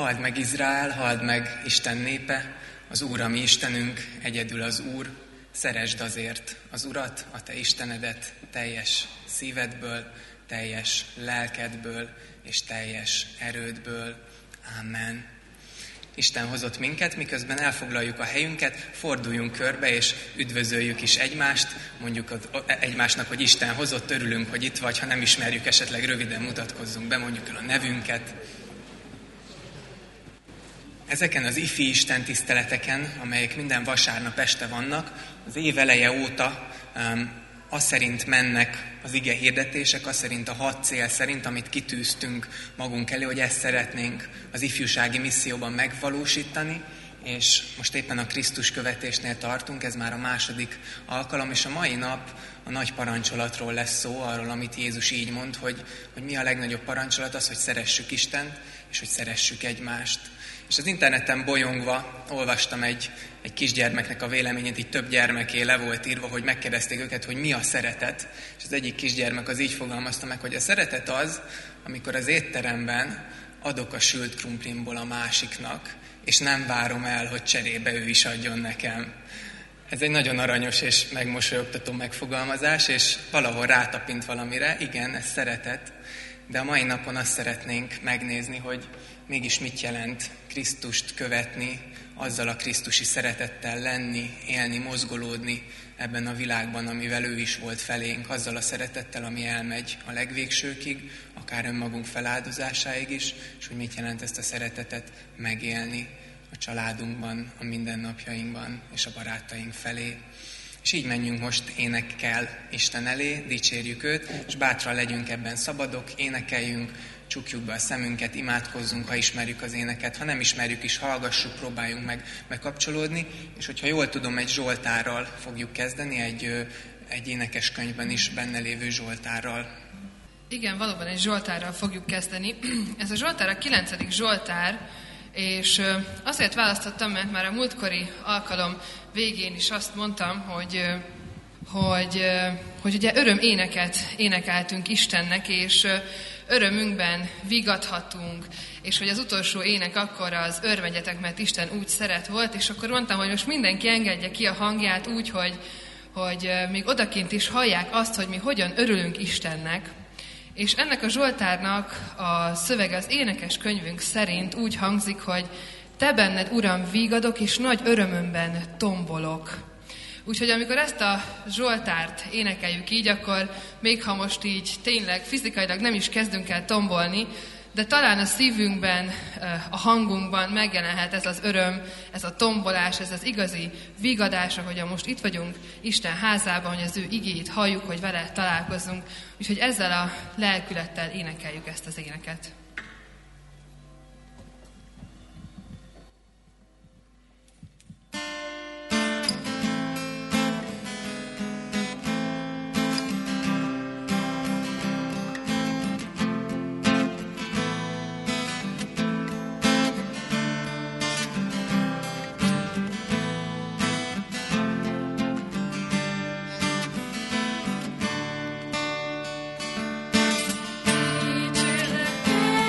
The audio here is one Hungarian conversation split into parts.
Halld meg Izrael, halld meg Isten népe, az Úr a mi Istenünk, egyedül az Úr. Szeresd azért az Urat, a te Istenedet teljes szívedből, teljes lelkedből és teljes erődből. Amen. Isten hozott minket, miközben elfoglaljuk a helyünket, forduljunk körbe és üdvözöljük is egymást, mondjuk egymásnak, hogy Isten hozott, örülünk, hogy itt vagy, ha nem ismerjük, esetleg röviden mutatkozzunk be, mondjuk el a nevünket. Ezeken az ifi Isten tiszteleteken, amelyek minden vasárnap este vannak, az év eleje óta az szerint mennek az ige hirdetések, az szerint a 6 cél szerint, amit kitűztünk magunk elé, hogy ezt szeretnénk az ifjúsági misszióban megvalósítani, és most éppen a Krisztus követésnél tartunk, ez már a 2. alkalom, és a mai nap a nagy parancsolatról lesz szó, arról, amit Jézus így mond, hogy mi a legnagyobb parancsolat, az, hogy szeressük Istent, és hogy szeressük egymást. És az interneten bolyongva olvastam egy kisgyermeknek a véleményét, így több gyermeké le volt írva, hogy megkérdezték őket, hogy mi a szeretet. És az egyik kisgyermek az így fogalmazta meg, hogy a szeretet az, amikor az étteremben adok a sült krumplimból a másiknak, és nem várom el, hogy cserébe ő is adjon nekem. Ez egy nagyon aranyos és megmosolyogtató megfogalmazás, és valahol rátapint valamire, igen, ez szeretet, de a mai napon azt szeretnénk megnézni, hogy mégis mit jelent Krisztust követni, azzal a krisztusi szeretettel lenni, élni, mozgolódni ebben a világban, amivel ő is volt felénk, azzal a szeretettel, ami elmegy a legvégsőkig, akár önmagunk feláldozásáig is, és hogy mit jelent ezt a szeretetet megélni a családunkban, a mindennapjainkban és a barátaink felé. És így menjünk most énekkel Isten elé, dicsérjük őt, és bátran legyünk ebben szabadok, énekeljünk, csukjuk be a szemünket, imádkozzunk, ha ismerjük az éneket, ha nem ismerjük is, hallgassuk, próbáljunk meg bekapcsolódni, és hogyha jól tudom, egy zsoltárral fogjuk kezdeni, egy énekeskönyvben is benne lévő zsoltárral. Igen, valóban egy zsoltárral fogjuk kezdeni. Ez a zsoltár a 9. zsoltár, és azért választottam, mert már a múltkori alkalom végén is azt mondtam, hogy ugye öröm éneket énekeltünk Istennek, és örömünkben vigadhatunk, és hogy az utolsó ének akkor az örvegyetek, mert Isten úgy szeret volt, és akkor mondtam, hogy most mindenki engedje ki a hangját úgy, hogy még odakint is hallják azt, hogy mi hogyan örülünk Istennek. És ennek a zsoltárnak a szövege az énekes könyvünk szerint úgy hangzik, hogy te benned, Uram, vigadok, és nagy örömömben tombolok. Úgyhogy amikor ezt a zsoltárt énekeljük így, akkor még ha most így tényleg fizikailag nem is kezdünk el tombolni, de talán a szívünkben, a hangunkban megjelenhet ez az öröm, ez a tombolás, ez az igazi vigadás, ahogyan most itt vagyunk Isten házában, hogy az ő igéjét halljuk, hogy vele találkozzunk. Úgyhogy ezzel a lelkülettel énekeljük ezt az éneket. Dicsérlek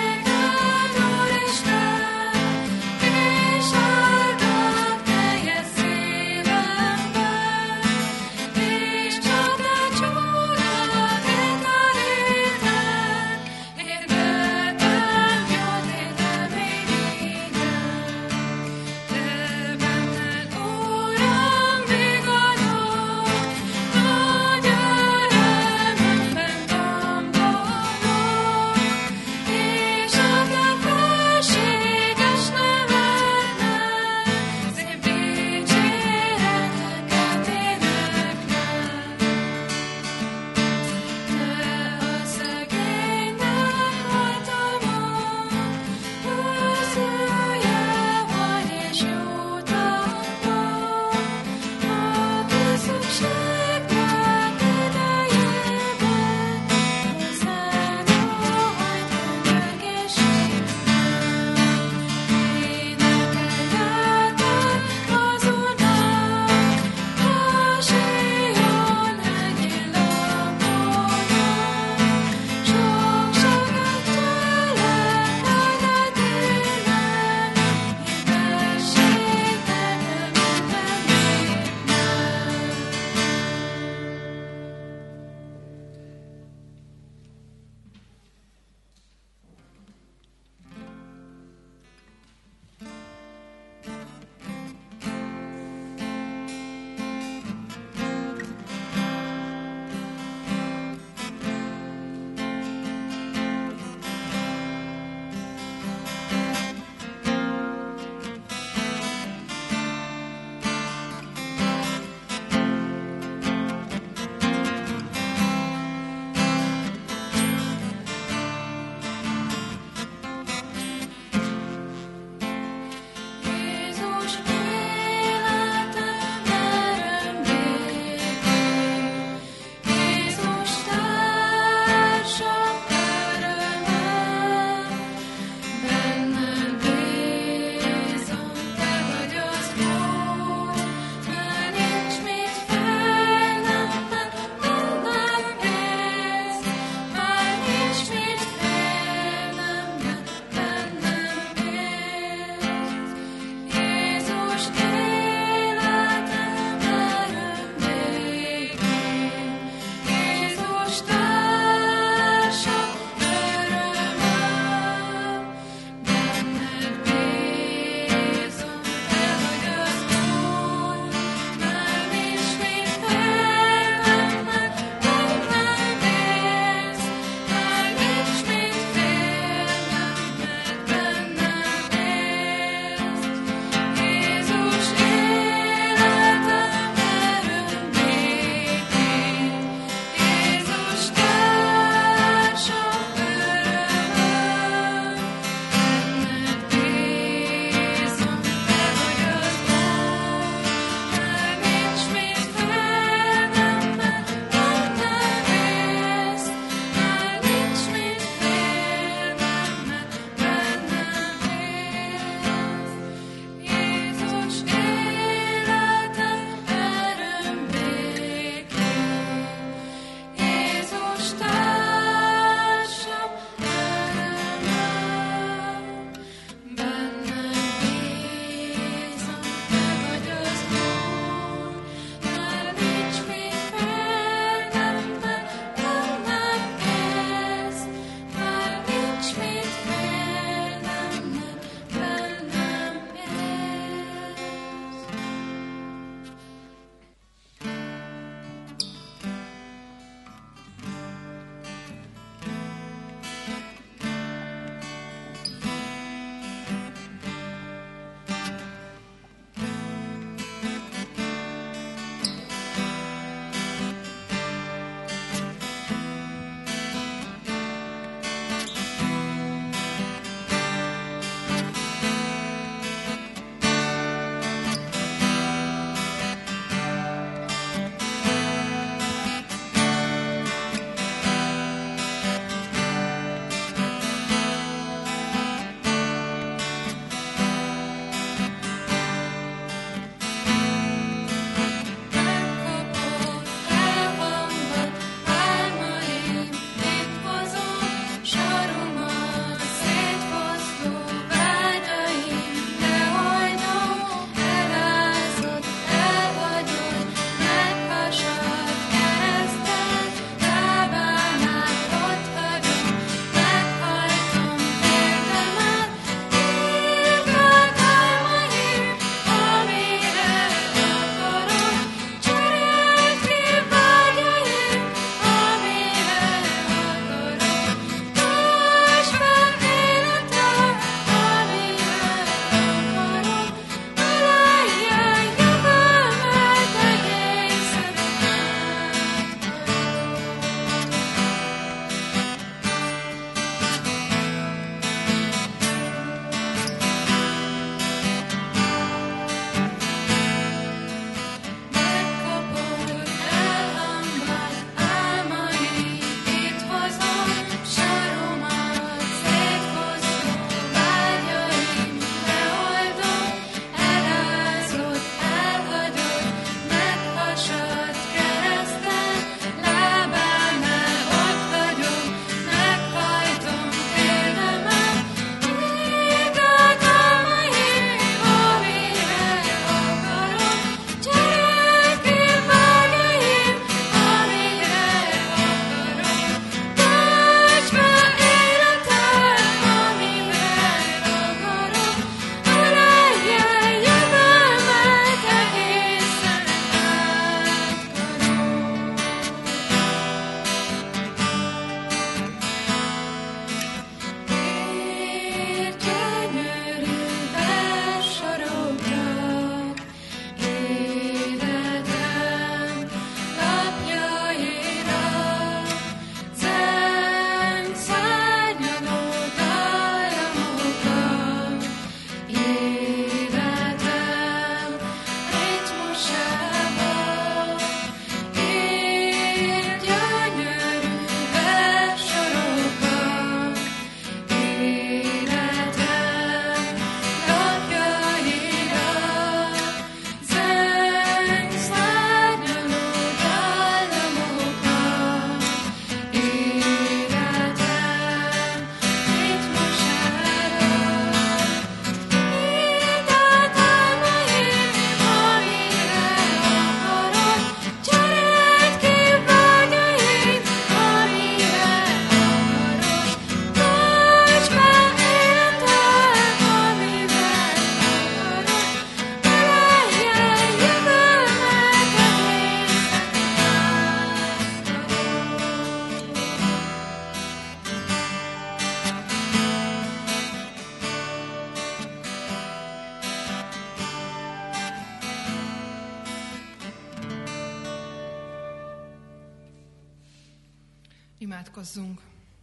Imádkozzunk.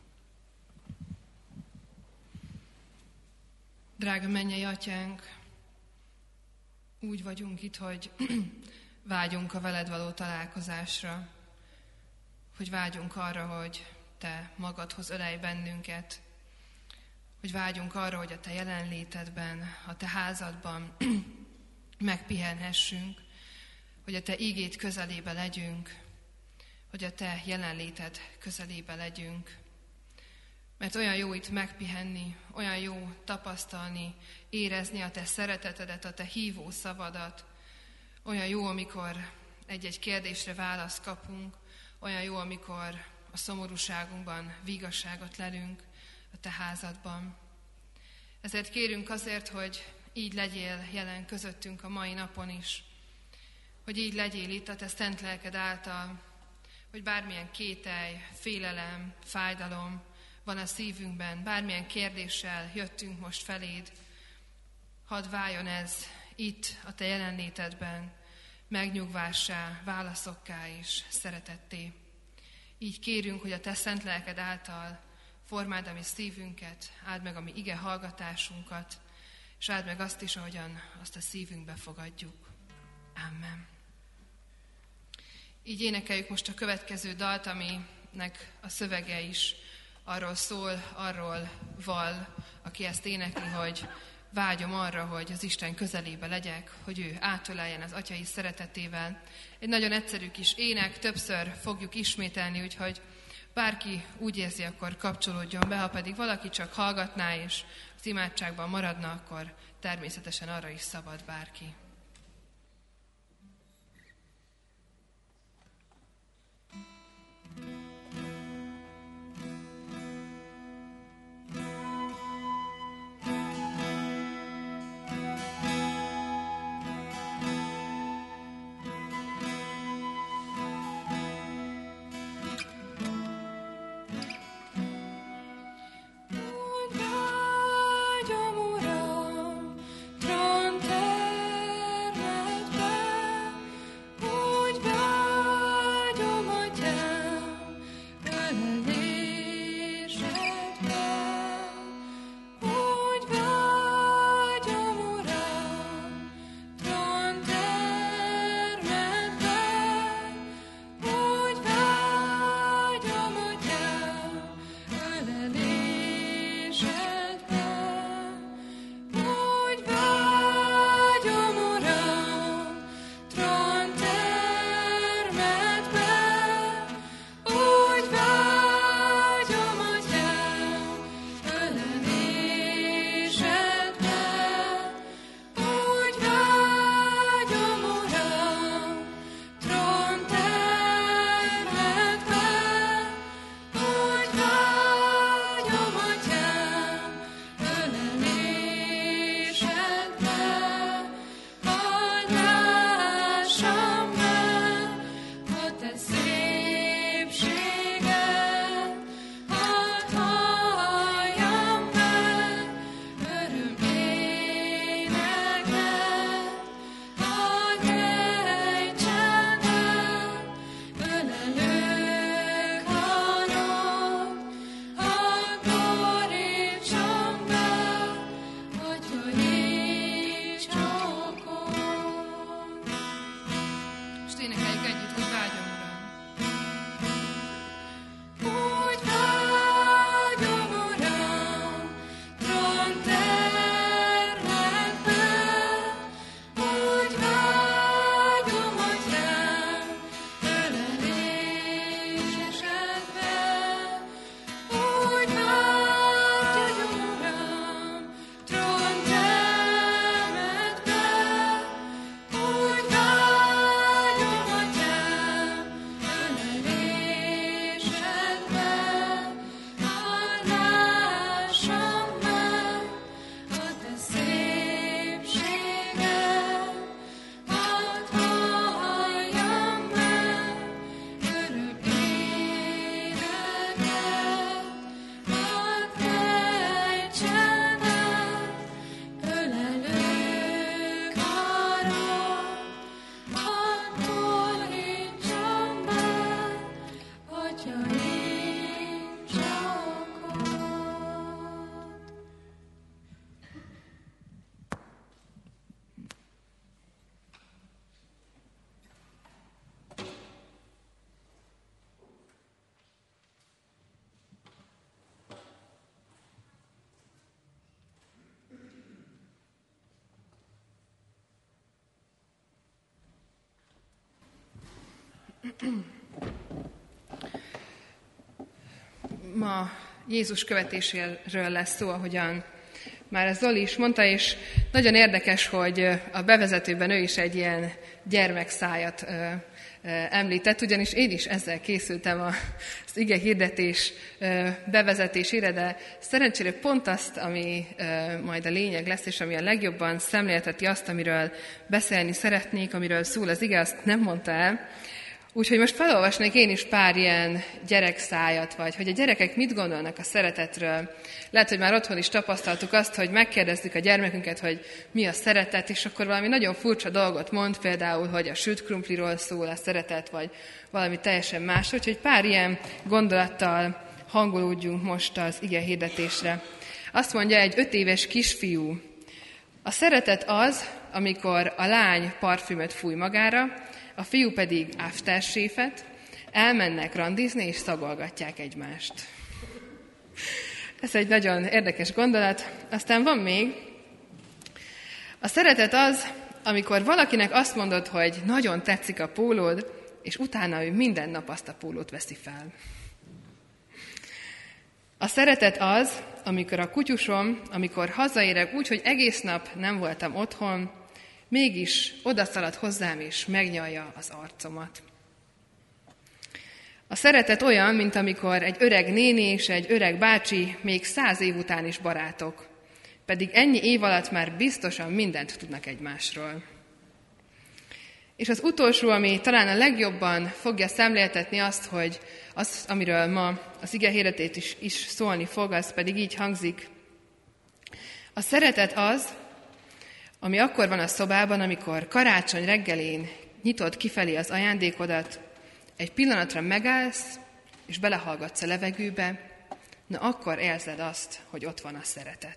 Drága mennyei Atyánk, úgy vagyunk itt, hogy vágyunk a veled való találkozásra, hogy vágyunk arra, hogy te magadhoz ölelj bennünket, hogy vágyunk arra, hogy a te jelenlétedben, a te házadban megpihenhessünk, hogy a te ígéd közelébe legyünk, hogy a te jelenléted közelébe legyünk. Mert olyan jó itt megpihenni, olyan jó tapasztalni, érezni a te szeretetedet, a te hívó szavadat. Olyan jó, amikor egy-egy kérdésre választ kapunk, olyan jó, amikor a szomorúságunkban vígasságot lelünk a te házadban. Ezért kérünk azért, hogy így legyél jelen közöttünk a mai napon is, hogy így legyél itt a te szent lelked által, hogy bármilyen kételj, félelem, fájdalom van a szívünkben, bármilyen kérdéssel jöttünk most feléd, hadd váljon ez itt a te jelenlétedben megnyugvássá, válaszokká és szeretetté. Így kérünk, hogy a te szent lelked által formáld a mi szívünket, áld meg a mi ige hallgatásunkat, és áld meg azt is, ahogyan azt a szívünkbe fogadjuk. Amen. Így énekeljük most a következő dalt, aminek a szövege is arról szól, arról val, aki ezt énekli, hogy vágyom arra, hogy az Isten közelébe legyek, hogy ő átöleljen az atyai szeretetével. Egy nagyon egyszerű kis ének, többször fogjuk ismételni, úgyhogy bárki úgy érzi, akkor kapcsolódjon be, ha pedig valaki csak hallgatná és az imádságban maradna, akkor természetesen arra is szabad bárki. Vágyom, Uram, trónteremben, Ma Jézus követéséről lesz szó, ahogyan már a Zoli is mondta, és nagyon érdekes, hogy a bevezetőben ő is egy ilyen gyermekszájat említett, ugyanis én is ezzel készültem az ige hirdetés bevezetésére, de szerencsére pont azt, ami majd a lényeg lesz, és ami a legjobban szemlélteti azt, amiről beszélni szeretnék, amiről szól az ige, azt nem mondta el. Úgyhogy most felolvasnék én is pár ilyen gyerekszájat, vagy hogy a gyerekek mit gondolnak a szeretetről. Lehet, hogy már otthon is tapasztaltuk azt, hogy megkérdezzük a gyermekünket, hogy mi a szeretet, és akkor valami nagyon furcsa dolgot mond, például, hogy a sült krumpliról szól a szeretet, vagy valami teljesen más. Úgyhogy pár ilyen gondolattal hangolódjunk most az ige hirdetésre. Azt mondja egy 5 éves kisfiú: a szeretet az, amikor a lány parfümöt fúj magára, a fiú pedig aftershave-et, elmennek randizni és szagolgatják egymást. Ez egy nagyon érdekes gondolat. Aztán van még: a szeretet az, amikor valakinek azt mondod, hogy nagyon tetszik a pólód, és utána ő minden nap azt a pólót veszi fel. A szeretet az, amikor a kutyusom, amikor hazaérek úgy, hogy egész nap nem voltam otthon, mégis odaszalad hozzám és megnyalja az arcomat. A szeretet olyan, mint amikor egy öreg néni és egy öreg bácsi még 100 év után is barátok, pedig ennyi év alatt már biztosan mindent tudnak egymásról. És az utolsó, ami talán a legjobban fogja szemléltetni azt, hogy az, amiről ma az ige hirdetés is szólni fog, az pedig így hangzik: a szeretet az, ami akkor van a szobában, amikor karácsony reggelén nyitod kifelé az ajándékodat, egy pillanatra megállsz, és belehallgatsz a levegőbe, na akkor érzed azt, hogy ott van a szeretet.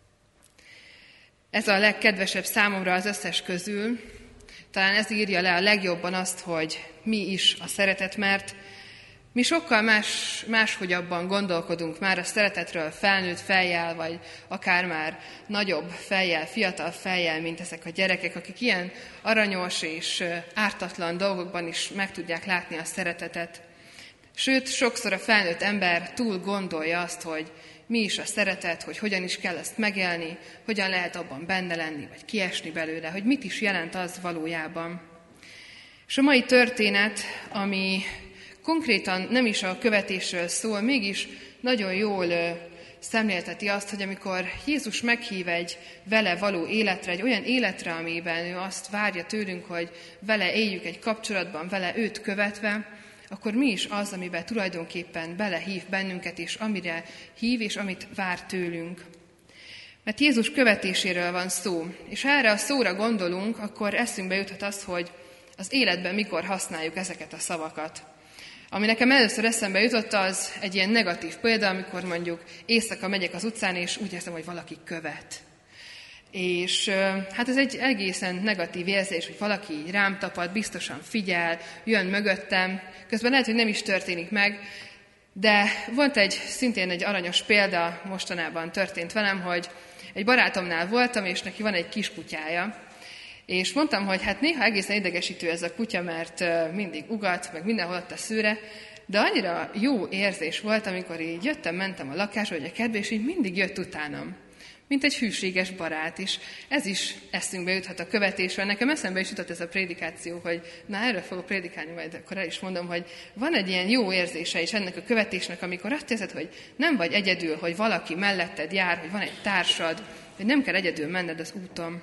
Ez a legkedvesebb számomra az összes közül, talán ez írja le a legjobban azt, hogy mi is a szeretet, mert mi sokkal máshogyabban gondolkodunk már a szeretetről felnőtt fejjel, vagy akár már nagyobb fejjel, fiatal fejjel, mint ezek a gyerekek, akik ilyen aranyos és ártatlan dolgokban is meg tudják látni a szeretetet. Sőt, sokszor a felnőtt ember túl gondolja azt, hogy mi is a szeretet, hogy hogyan is kell ezt megélni, hogyan lehet abban benne lenni, vagy kiesni belőle, hogy mit is jelent az valójában. És a mai történet, ami konkrétan nem is a követésről szól, mégis nagyon jól szemlélteti azt, hogy amikor Jézus meghív egy vele való életre, egy olyan életre, amiben ő azt várja tőlünk, hogy vele éljük egy kapcsolatban, vele őt követve, akkor mi is az, amiben tulajdonképpen belehív bennünket, és amire hív, és amit vár tőlünk. Mert Jézus követéséről van szó, és ha erre a szóra gondolunk, akkor eszünkbe juthat az, hogy az életben mikor használjuk ezeket a szavakat. Ami nekem először eszembe jutott, az egy ilyen negatív példa, amikor mondjuk éjszaka megyek az utcán, és úgy érzem, hogy valaki követ. És hát ez egy egészen negatív érzés, hogy valaki így rám tapad, biztosan figyel, jön mögöttem, közben lehet, hogy nem is történik meg, de volt szintén egy aranyos példa, mostanában történt velem, hogy egy barátomnál voltam, és neki van egy kiskutyája, és mondtam, hogy hát néha egészen idegesítő ez a kutya, mert mindig ugat, meg mindenhol ott a szőre, de annyira jó érzés volt, amikor így mentem a lakásba, vagy a kertbe, és így mindig jött utánam, mint egy hűséges barát is. Ez is eszünkbe juthat a követésről. Nekem eszembe is jutott ez a prédikáció, hogy na, erről fogok prédikálni, majd akkor el is mondom, hogy van egy ilyen jó érzése is ennek a követésnek, amikor azt érzed, hogy nem vagy egyedül, hogy valaki melletted jár, hogy van egy társad, hogy nem kell egyedül menned az úton.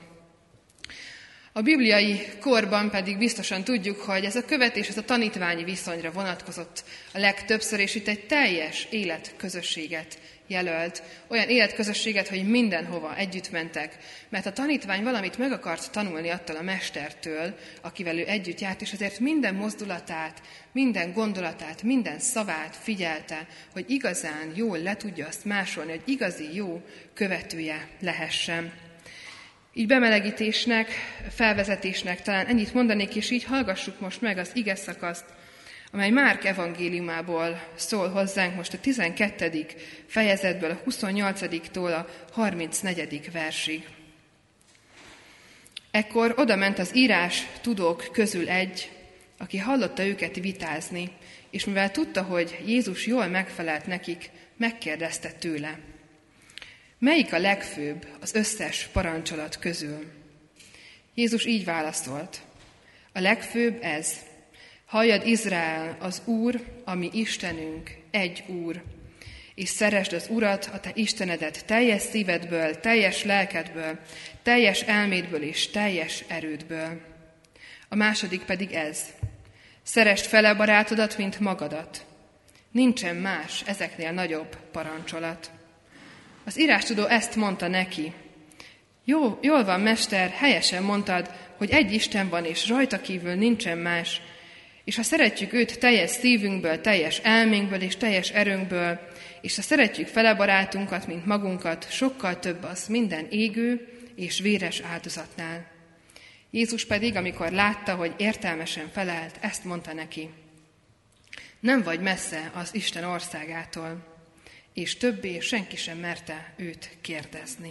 A bibliai korban pedig biztosan tudjuk, hogy ez a követés, ez a tanítványi viszonyra vonatkozott a legtöbbször, és itt egy teljes életközösséget jelölt. Olyan életközösséget, hogy mindenhova együtt mentek, mert a tanítvány valamit meg akart tanulni attól a mestertől, akivel ő együtt járt, és azért minden mozdulatát, minden gondolatát, minden szavát figyelte, hogy igazán jól le tudja azt másolni, hogy igazi jó követője lehessen. Így bemelegítésnek, felvezetésnek talán ennyit mondanék, és így hallgassuk most meg az ige szakaszt, amely Márk evangéliumából szól hozzánk most a 12. fejezetből, a 28-tól a 34. versig. Ekkor odament az írás tudók közül egy, aki hallotta őket vitázni, és mivel tudta, hogy Jézus jól megfelelt nekik, megkérdezte tőle: melyik a legfőbb az összes parancsolat közül? Jézus így válaszolt: a legfőbb ez: halljad Izrael, az Úr, a mi Istenünk, egy Úr, és szeresd az Urat, a te Istenedet teljes szívedből, teljes lelkedből, teljes elmédből és teljes erődből. A második pedig ez: szeresd fele barátodat, mint magadat. Nincsen más ezeknél nagyobb parancsolat. Az írástudó ezt mondta neki: jól van, mester, helyesen mondtad, hogy egy Isten van, és rajta kívül nincsen más, és ha szeretjük őt teljes szívünkből, teljes elménkből és teljes erőnkből, és ha szeretjük fele barátunkat, mint magunkat, sokkal több az minden égő és véres áldozatnál. Jézus pedig, amikor látta, hogy értelmesen felelt, ezt mondta neki: nem vagy messze az Isten országától. És többé senki sem merte őt kérdezni.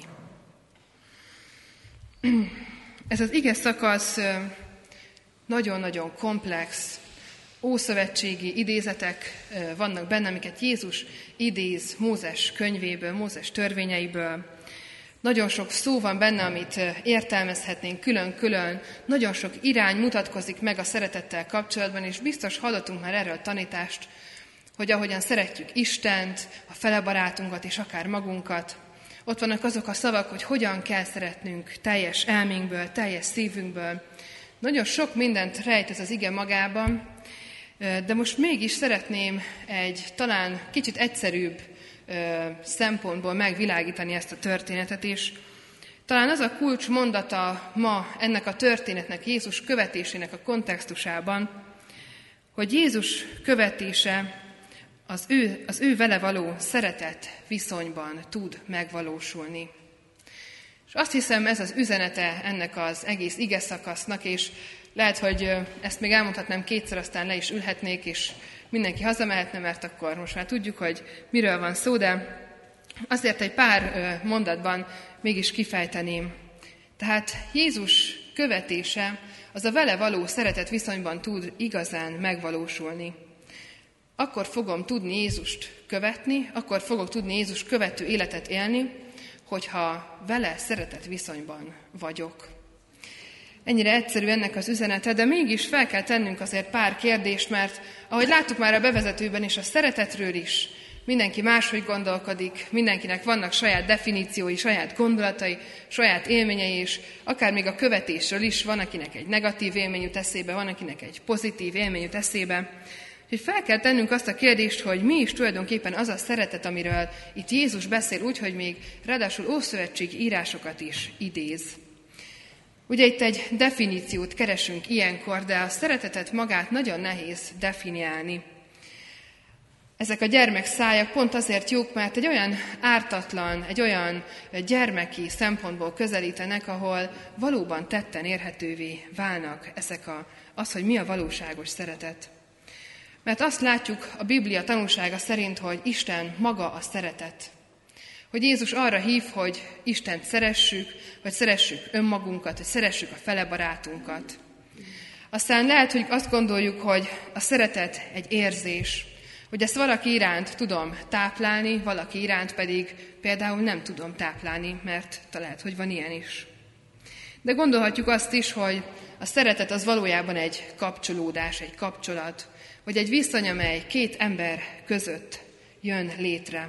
Ez az ige szakasz nagyon-nagyon komplex, ószövetségi idézetek vannak benne, amiket Jézus idéz Mózes könyvéből, Mózes törvényeiből. Nagyon sok szó van benne, amit értelmezhetnénk külön-külön, nagyon sok irány mutatkozik meg a szeretettel kapcsolatban, és biztos hallottunk már erről a tanítást, hogy ahogyan szeretjük Istent, a fele barátunkat és akár magunkat, ott vannak azok a szavak, hogy hogyan kell szeretnünk teljes elménkből, teljes szívünkből. Nagyon sok mindent rejt ez az ige magában, de most mégis szeretném egy talán kicsit egyszerűbb szempontból megvilágítani ezt a történetet, és talán az a kulcs mondata ma ennek a történetnek, Jézus követésének a kontextusában, hogy Jézus követése az ő vele való szeretet viszonyban tud megvalósulni. És azt hiszem, ez az üzenete ennek az egész ige szakasznak, és lehet, hogy ezt még elmondhatnám kétszer, aztán le is ülhetnék, és mindenki hazamehetne, mert akkor most már tudjuk, hogy miről van szó, de azért egy pár mondatban mégis kifejteném. Tehát Jézus követése az a vele való szeretet viszonyban tud igazán megvalósulni. Akkor fogom tudni Jézust követni, akkor fogok tudni Jézus követő életet élni, hogyha vele szeretet viszonyban vagyok. Ennyire egyszerű ennek az üzenete, de mégis fel kell tennünk azért pár kérdést, mert ahogy láttuk már a bevezetőben is, a szeretetről is mindenki máshogy gondolkodik, mindenkinek vannak saját definíciói, saját gondolatai, saját élményei, és akár még a követésről is van, akinek egy negatív élmény jut eszébe, van, akinek egy pozitív élmény jut eszébe. Úgyhogy fel kell tennünk azt a kérdést, hogy mi is tulajdonképpen az a szeretet, amiről itt Jézus beszél úgy, hogy még ráadásul ószövetségi írásokat is idéz. Ugye itt egy definíciót keresünk ilyenkor, de a szeretetet magát nagyon nehéz definiálni. Ezek a gyermekszájak pont azért jók, mert egy olyan ártatlan, egy olyan gyermeki szempontból közelítenek, ahol valóban tetten érhetővé válnak az, hogy mi a valóságos szeretet. Mert azt látjuk a Biblia tanúsága szerint, hogy Isten maga a szeretet. Hogy Jézus arra hív, hogy Istent szeressük, hogy szeressük önmagunkat, hogy szeressük a fele barátunkat. Aztán lehet, hogy azt gondoljuk, hogy a szeretet egy érzés, hogy ezt valaki iránt tudom táplálni, valaki iránt pedig például nem tudom táplálni, mert lehet, hogy van ilyen is. De gondolhatjuk azt is, hogy a szeretet az valójában egy kapcsolódás, egy kapcsolat, vagy egy viszony, amely két ember között jön létre.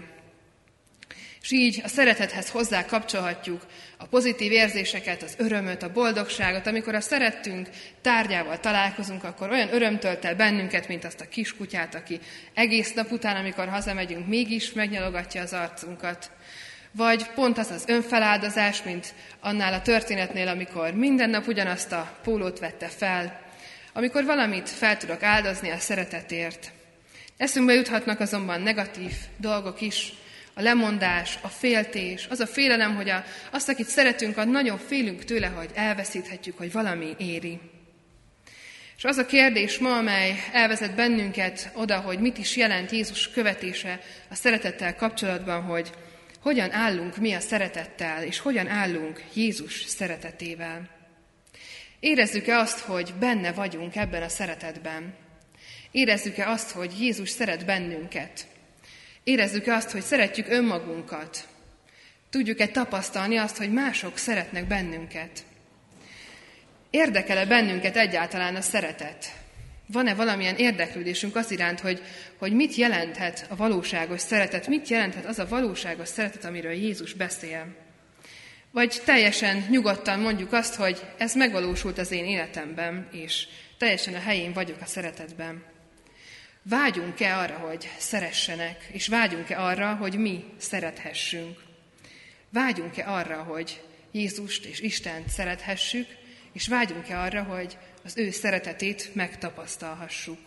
És így a szeretethez hozzá kapcsolhatjuk a pozitív érzéseket, az örömöt, a boldogságot. Amikor a szerettünk tárgyával találkozunk, akkor olyan öröm tölt el bennünket, mint azt a kiskutyát, aki egész nap után, amikor hazamegyünk, mégis megnyalogatja az arcunkat. Vagy pont az az önfeláldozás, mint annál a történetnél, amikor minden nap ugyanazt a pólót vette fel, amikor valamit fel tudok áldozni a szeretetért. Eszünkbe juthatnak azonban negatív dolgok is, a lemondás, a féltés, az a félelem, hogy azt, akit szeretünk, nagyon félünk tőle, hogy elveszíthetjük, hogy valami éri. És az a kérdés ma, amely elvezet bennünket oda, hogy mit is jelent Jézus követése a szeretettel kapcsolatban, hogy hogyan állunk mi a szeretettel, és hogyan állunk Jézus szeretetével. Érezzük-e azt, hogy benne vagyunk ebben a szeretetben? Érezzük-e azt, hogy Jézus szeret bennünket? Érezzük-e azt, hogy szeretjük önmagunkat? Tudjuk-e tapasztalni azt, hogy mások szeretnek bennünket? Érdekel-e bennünket egyáltalán a szeretet? Van-e valamilyen érdeklődésünk az iránt, hogy mit jelenthet a valóságos szeretet, mit jelenthet az a valóságos szeretet, amiről Jézus beszél? Vagy teljesen nyugodtan mondjuk azt, hogy ez megvalósult az én életemben, és teljesen a helyén vagyok a szeretetben. Vágyunk-e arra, hogy szeressenek, és vágyunk-e arra, hogy mi szerethessünk? Vágyunk-e arra, hogy Jézust és Istent szerethessük, és vágyunk-e arra, hogy az ő szeretetét megtapasztalhassuk?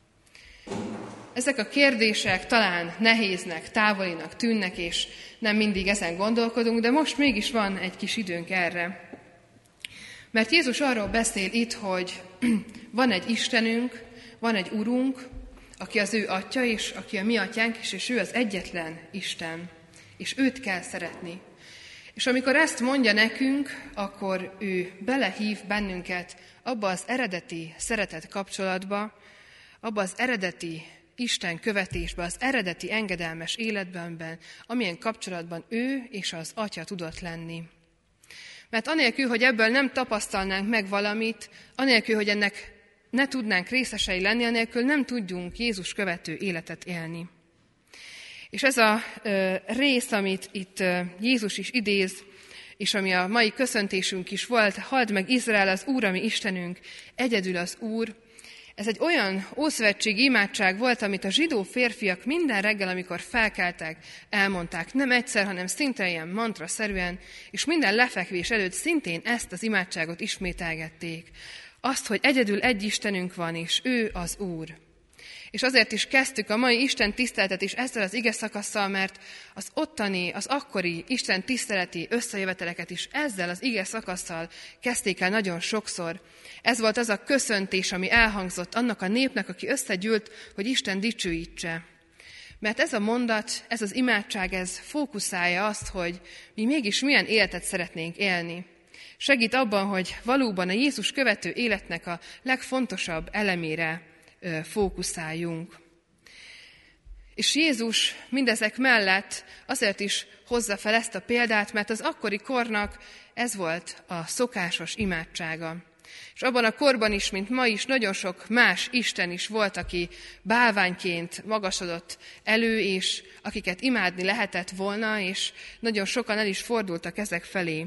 Ezek a kérdések talán nehéznek, távolinak tűnnek, és nem mindig ezen gondolkodunk, de most mégis van egy kis időnk erre. Mert Jézus arról beszél itt, hogy van egy Istenünk, van egy Urunk, aki az ő Atya, és aki a mi Atyánk is, és ő az egyetlen Isten, és őt kell szeretni. És amikor ezt mondja nekünk, akkor ő belehív bennünket abba az eredeti szeretet kapcsolatba, abba az eredeti Isten követésbe, az eredeti engedelmes életben, amilyen kapcsolatban ő és az Atya tudott lenni. Mert anélkül, hogy ebből nem tapasztalnánk meg valamit, anélkül, hogy ennek ne tudnánk részesei lenni, anélkül nem tudjunk Jézus követő életet élni. És ez a rész, amit itt Jézus is idéz, és ami a mai köszöntésünk is volt, halld meg Izrael, az Úr, ami Istenünk, egyedül az Úr. Ez egy olyan ószövetségi imádság volt, amit a zsidó férfiak minden reggel, amikor felkeltek, elmondták. Nem egyszer, hanem szinte ilyen mantraszerűen, és minden lefekvés előtt szintén ezt az imádságot ismételgették. Azt, hogy egyedül egy Istenünk van, és ő az Úr. És azért is kezdtük a mai Isten tiszteletet is ezzel az ige szakasszal, mert az akkori Isten tiszteleti összejöveteleket is ezzel az ige szakasszal kezdték el nagyon sokszor. Ez volt az a köszöntés, ami elhangzott annak a népnek, aki összegyűlt, hogy Isten dicsőítse. Mert ez a mondat, ez az imádság, ez fókuszálja azt, hogy mi mégis milyen életet szeretnénk élni. Segít abban, hogy valóban a Jézus követő életnek a legfontosabb elemére fókuszáljunk. És Jézus mindezek mellett azért is hozza fel ezt a példát, mert az akkori kornak ez volt a szokásos imádsága. És abban a korban is, mint ma is, nagyon sok más isten is volt, aki bálványként magasodott elő, és akiket imádni lehetett volna, és nagyon sokan el is fordultak ezek felé.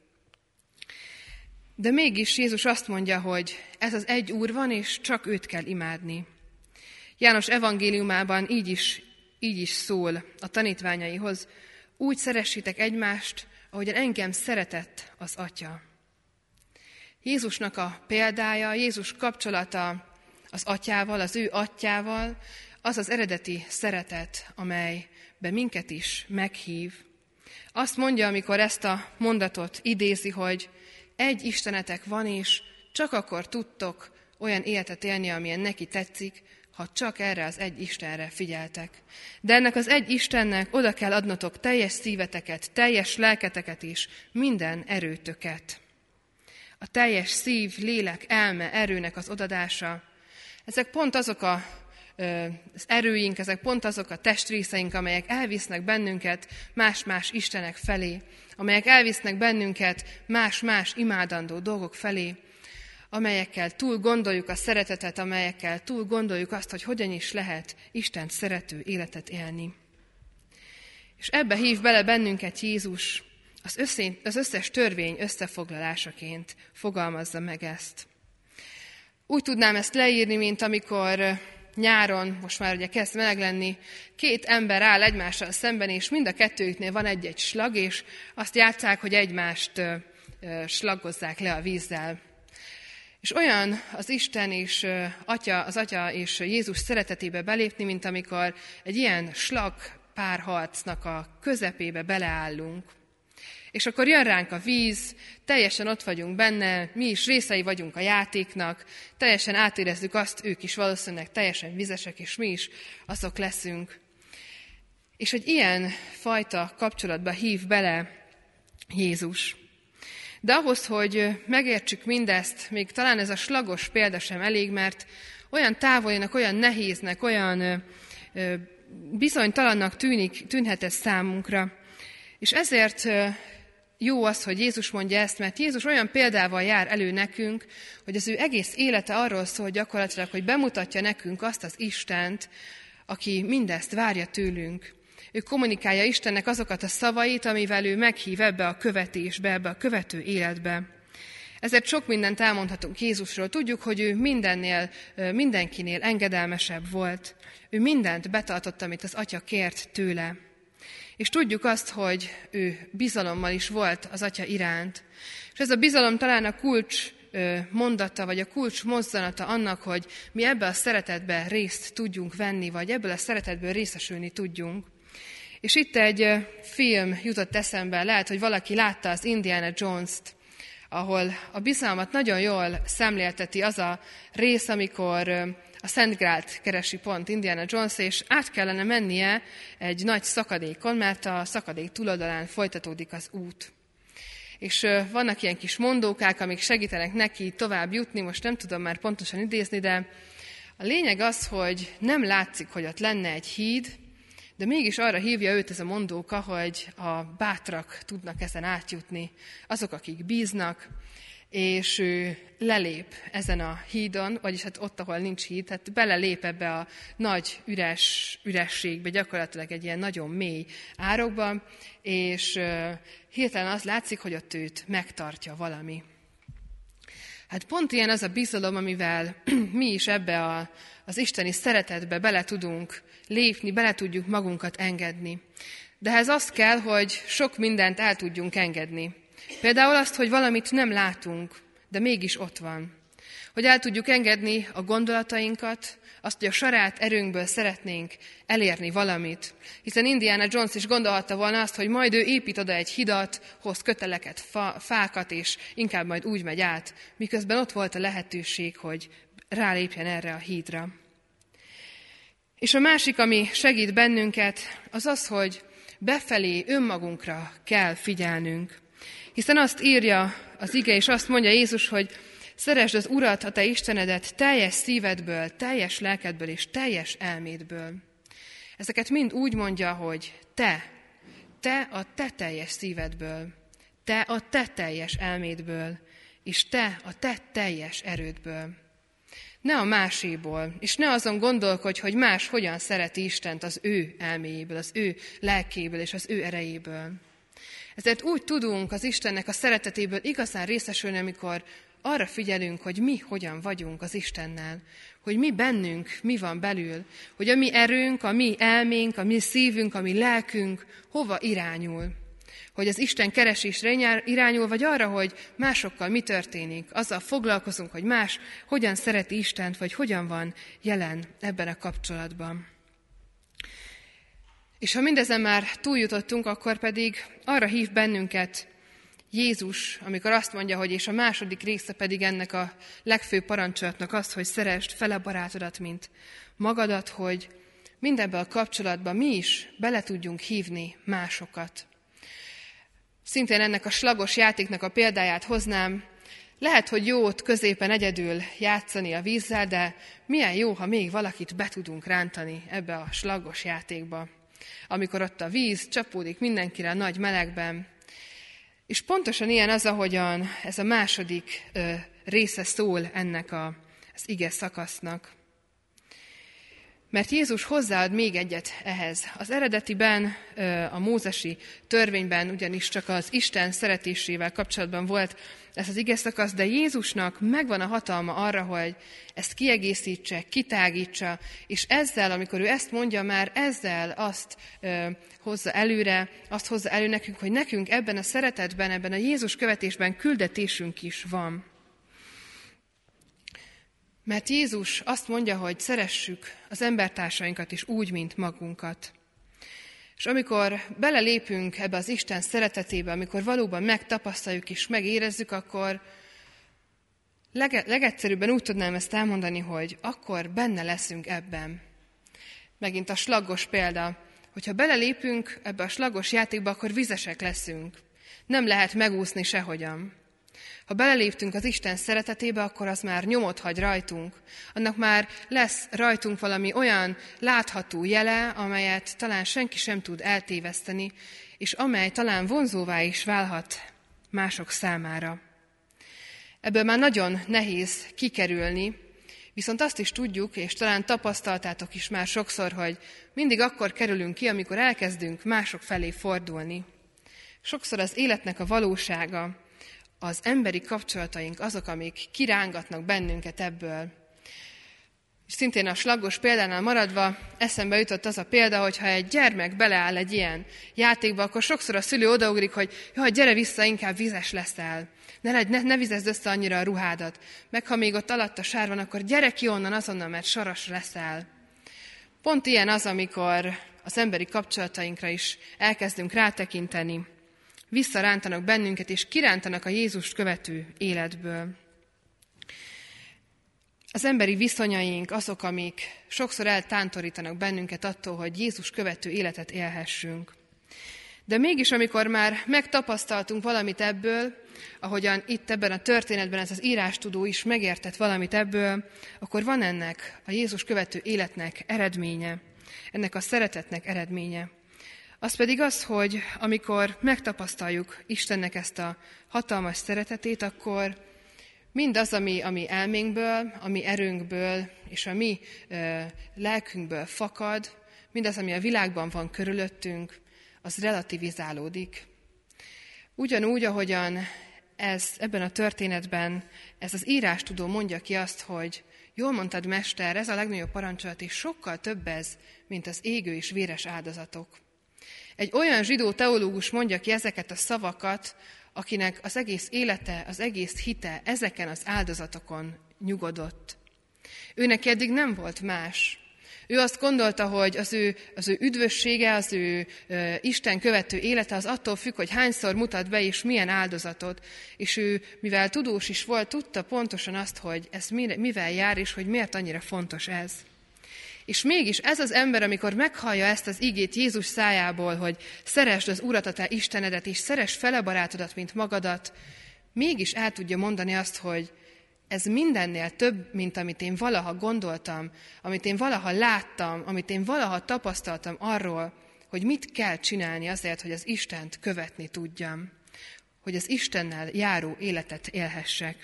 De mégis Jézus azt mondja, hogy ez az egy Úr van, és csak őt kell imádni. János evangéliumában így is szól a tanítványaihoz, úgy szeressétek egymást, ahogyan engem szeretett az Atya. Jézusnak a példája, Jézus kapcsolata az Atyával, az ő Atyával, az az eredeti szeretet, amelybe minket is meghív. Azt mondja, amikor ezt a mondatot idézi, hogy egy Istenetek van, és csak akkor tudtok olyan életet élni, amilyen neki tetszik, ha csak erre az egy Istenre figyeltek. De ennek az egy Istennek oda kell adnotok teljes szíveteket, teljes lelketeket és minden erőtöket. A teljes szív, lélek, elme erőnek az odadása, ezek pont azok az erőink, ezek pont azok a testrészeink, amelyek elvisznek bennünket más-más istenek felé, amelyek elvisznek bennünket más-más imádandó dolgok felé, amelyekkel túl gondoljuk a szeretetet, amelyekkel túl gondoljuk azt, hogy hogyan is lehet Istent szerető életet élni. És ebbe hív bele bennünket Jézus, az összes törvény összefoglalásaként fogalmazza meg ezt. Úgy tudnám ezt leírni, mint amikor nyáron, most már ugye kezd meleg lenni, két ember áll egymással szemben, és mind a kettőjüknél van egy-egy slag, és azt játsszák, hogy egymást slaggozzák le a vízzel. És olyan az Isten és az Atya és Jézus szeretetébe belépni, mint amikor egy ilyen slag párharcnak a közepébe beleállunk. És akkor jön ránk a víz, teljesen ott vagyunk benne, mi is részei vagyunk a játéknak, teljesen átérezzük azt, ők is valószínűleg teljesen vizesek, és mi is azok leszünk. És egy ilyen fajta kapcsolatba hív bele Jézus. De ahhoz, hogy megértsük mindezt, még talán ez a slagos példa sem elég, mert olyan távolinak, olyan nehéznek, olyan bizonytalannak tűnhet ez számunkra. És ezért jó az, hogy Jézus mondja ezt, mert Jézus olyan példával jár elő nekünk, hogy az ő egész élete arról szól gyakorlatilag, hogy bemutatja nekünk azt az Istent, aki mindezt várja tőlünk. Ő kommunikálja Istennek azokat a szavait, amivel ő meghív ebbe a követésbe, ebbe a követő életbe. Ezért sok mindent elmondhatunk Jézusról. Tudjuk, hogy ő mindenkinél engedelmesebb volt. Ő mindent betartott, amit az Atya kért tőle. És tudjuk azt, hogy ő bizalommal is volt az Atya iránt. És ez a bizalom talán a kulcs mondata, vagy a kulcs mozzanata annak, hogy mi ebbe a szeretetbe részt tudjunk venni, vagy ebből a szeretetből részesülni tudjunk. És itt egy film jutott eszembe, lehet, hogy valaki látta az Indiana Jones-t, ahol a bizalmat nagyon jól szemlélteti az a rész, amikor a Szent Grált keresi pont Indiana Jones, és át kellene mennie egy nagy szakadékon, mert a szakadék túloldalán folytatódik az út. És vannak ilyen kis mondókák, amik segítenek neki tovább jutni, most nem tudom már pontosan idézni, de a lényeg az, hogy nem látszik, hogy ott lenne egy híd, de mégis arra hívja őt ez a mondóka, hogy a bátrak tudnak ezen átjutni, azok, akik bíznak, és ő lelép ezen a hídon, vagyis hát ott, ahol nincs híd, hát belelép ebbe a nagy ürességbe, gyakorlatilag egy ilyen nagyon mély árokba, és hirtelen az látszik, hogy ott őt megtartja valami. Hát pont ilyen az a bizalom, amivel mi is ebbe az isteni szeretetbe bele tudunk lépni, bele tudjuk magunkat engedni. De ehhez az kell, hogy sok mindent el tudjunk engedni. Például azt, hogy valamit nem látunk, de mégis ott van. Hogy el tudjuk engedni a gondolatainkat, azt, hogy a saját erőnkből szeretnénk elérni valamit. Hiszen Indiana Jones is gondolhatta volna azt, hogy majd ő épít oda egy hidat, hoz köteleket, fákat, és inkább majd úgy megy át, miközben ott volt a lehetőség, hogy rálépjen erre a hídra. És a másik, ami segít bennünket, az az, hogy befelé önmagunkra kell figyelnünk. Hiszen azt írja az ige, és azt mondja Jézus, hogy szeresd az Urat, a te Istenedet teljes szívedből, teljes lelkedből és teljes elmédből. Ezeket mind úgy mondja, hogy te a te teljes szívedből, te a te teljes elmédből, és te a te teljes erődből. Ne a máséból, és ne azon gondolkodj, hogy más hogyan szereti Istent az ő elméjéből, az ő lelkéből és az ő erejéből. Ezért úgy tudunk az Istennek a szeretetéből igazán részesülni, amikor arra figyelünk, hogy mi hogyan vagyunk az Istennel, hogy mi bennünk, mi van belül, hogy a mi erőnk, a mi elménk, a mi szívünk, a mi lelkünk hova irányul. Hogy az Isten keresésre irányul, vagy arra, hogy másokkal mi történik. Azzal foglalkozunk, hogy más hogyan szereti Istent, vagy hogyan van jelen ebben a kapcsolatban. És ha mindezen már túljutottunk, akkor pedig arra hív bennünket Jézus, amikor azt mondja, hogy és a második része pedig ennek a legfőbb parancsolatnak az, hogy szeresd fele barátodat, mint magadat, hogy mindebben a kapcsolatban mi is bele tudjunk hívni másokat. Szintén ennek a slagos játéknak a példáját hoznám. Lehet, hogy jó ott középen egyedül játszani a vízzel, de milyen jó, ha még valakit be tudunk rántani ebbe a slagos játékba. Amikor ott a víz csapódik mindenkire a nagy melegben. És pontosan ilyen az, ahogyan ez a második része szól ennek az ige szakasznak. Mert Jézus hozzáad még egyet ehhez. Az eredetiben, a mózesi törvényben ugyanis csak az Isten szeretésével kapcsolatban volt ez az ige szakasz, de Jézusnak megvan a hatalma arra, hogy ezt kiegészítse, kitágítsa, és ezzel, amikor ő ezt mondja, már ezzel azt hozza előre, azt hozza elő nekünk, hogy nekünk ebben a szeretetben, ebben a Jézus követésben küldetésünk is van. Mert Jézus azt mondja, hogy szeressük az embertársainkat is úgy, mint magunkat. És amikor belelépünk ebbe az Isten szeretetébe, amikor valóban megtapasztaljuk és megérezzük, akkor legegyszerűbben úgy tudnám ezt elmondani, hogy akkor benne leszünk ebben. Megint a slagos példa, hogyha belelépünk ebbe a slagos játékba, akkor vizesek leszünk. Nem lehet megúszni sehogyan. Ha beleléptünk az Isten szeretetébe, akkor az már nyomot hagy rajtunk. Annak már lesz rajtunk valami olyan látható jele, amelyet talán senki sem tud eltéveszteni, és amely talán vonzóvá is válhat mások számára. Ebből már nagyon nehéz kikerülni, viszont azt is tudjuk, és talán tapasztaltátok is már sokszor, hogy mindig akkor kerülünk ki, amikor elkezdünk mások felé fordulni. Sokszor az életnek a valósága, az emberi kapcsolataink azok, amik kirángatnak bennünket ebből. És szintén a slagos példánál maradva eszembe jutott az a példa, hogy ha egy gyermek beleáll egy ilyen játékba, akkor sokszor a szülő odaugrik, hogy jaj, gyere vissza, inkább vizes leszel. Ne vizezd össze annyira a ruhádat. Meg ha még ott alatt a sár van, akkor gyere ki onnan azonnal, mert saras leszel. Pont ilyen az, amikor az emberi kapcsolatainkra is elkezdünk rátekinteni. Visszarántanak bennünket, és kirántanak a Jézust követő életből. Az emberi viszonyaink azok, amik sokszor eltántorítanak bennünket attól, hogy Jézus követő életet élhessünk. De mégis, amikor már megtapasztaltunk valamit ebből, ahogyan itt ebben a történetben ez az írástudó is megértett valamit ebből, akkor van ennek a Jézus követő életnek eredménye, ennek a szeretetnek eredménye. Az pedig az, hogy amikor megtapasztaljuk Istennek ezt a hatalmas szeretetét, akkor mindaz, ami elménkből, a mi erőnkből és a mi lelkünkből fakad, mindaz, ami a világban van körülöttünk, az relativizálódik. Ugyanúgy, ahogyan ebben a történetben ez az írástudó mondja ki azt, hogy jól mondtad, Mester, ez a legnagyobb parancsolat, és sokkal több ez, mint az égő és véres áldozatok. Egy olyan zsidó teológus mondja ki ezeket a szavakat, akinek az egész élete, az egész hite ezeken az áldozatokon nyugodott. Őnek eddig nem volt más. Ő azt gondolta, hogy az ő üdvössége, az ő Isten követő élete az attól függ, hogy hányszor mutat be és milyen áldozatot. És ő, mivel tudós is volt, tudta pontosan azt, hogy ez mivel jár, és hogy miért annyira fontos ez. És mégis ez az ember, amikor meghallja ezt az igét Jézus szájából, hogy szeresd az Urat, a te Istenedet, és szeresd fele barátodat, mint magadat, mégis el tudja mondani azt, hogy ez mindennél több, mint amit én valaha gondoltam, amit én valaha láttam, amit én valaha tapasztaltam arról, hogy mit kell csinálni azért, hogy az Istent követni tudjam, hogy az Istennel járó életet élhessek.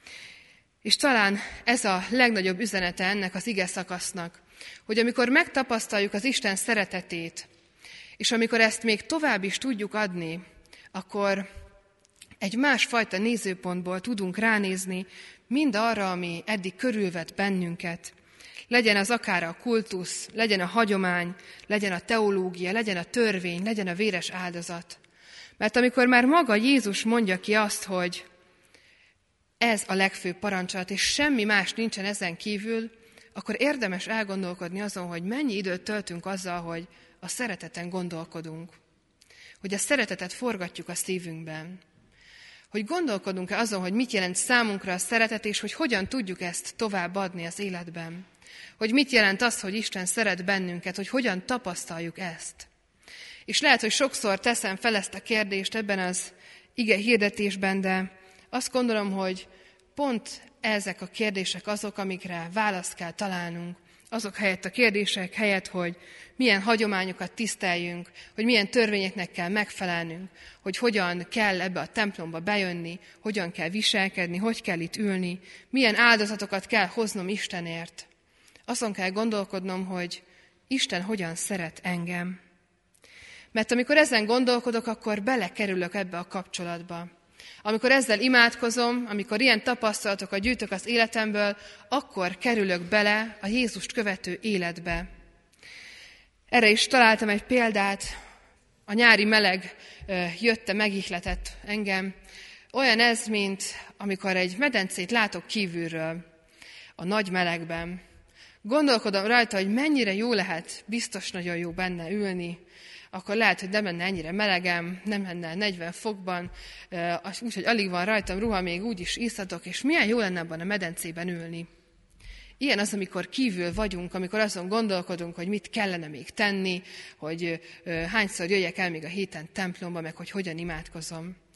És talán ez a legnagyobb üzenete ennek az ige szakasznak, hogy amikor megtapasztaljuk az Isten szeretetét, és amikor ezt még tovább is tudjuk adni, akkor egy másfajta nézőpontból tudunk ránézni mind arra, ami eddig körülvet bennünket. Legyen az akár a kultusz, legyen a hagyomány, legyen a teológia, legyen a törvény, legyen a véres áldozat. Mert amikor már maga Jézus mondja ki azt, hogy ez a legfőbb parancsolat, és semmi más nincsen ezen kívül, akkor érdemes elgondolkodni azon, hogy mennyi időt töltünk azzal, hogy a szereteten gondolkodunk. Hogy a szeretetet forgatjuk a szívünkben. Hogy gondolkodunk-e azon, hogy mit jelent számunkra a szeretet, és hogy hogyan tudjuk ezt továbbadni az életben. Hogy mit jelent az, hogy Isten szeret bennünket, hogy hogyan tapasztaljuk ezt. És lehet, hogy sokszor teszem fel ezt a kérdést ebben az ige hirdetésben, de azt gondolom, hogy pont ezek a kérdések azok, amikre választ kell találnunk. Azok helyett a kérdések helyett, hogy milyen hagyományokat tiszteljünk, hogy milyen törvényeknek kell megfelelnünk, hogy hogyan kell ebbe a templomba bejönni, hogyan kell viselkedni, hogy kell itt ülni, milyen áldozatokat kell hoznom Istenért. Azon kell gondolkodnom, hogy Isten hogyan szeret engem. Mert amikor ezen gondolkodok, akkor belekerülök ebbe a kapcsolatba. Amikor ezzel imádkozom, amikor ilyen tapasztalatokat gyűjtök az életemből, akkor kerülök bele a Jézust követő életbe. Erre is találtam egy példát, a nyári meleg megihletett engem. Olyan ez, mint amikor egy medencét látok kívülről, a nagy melegben. Gondolkodom rajta, hogy mennyire jó lehet, biztos nagyon jó benne ülni, akkor lehet, hogy nem lenne ennyire melegem, nem lenne 40 fokban, úgyhogy alig van rajtam ruha, még úgy is iszhatok, és milyen jó lenne abban a medencében ülni. Ilyen az, amikor kívül vagyunk, amikor azon gondolkodunk, hogy mit kellene még tenni, hogy hányszor jöjjek el még a héten templomba, meg hogy hogyan imádkozom.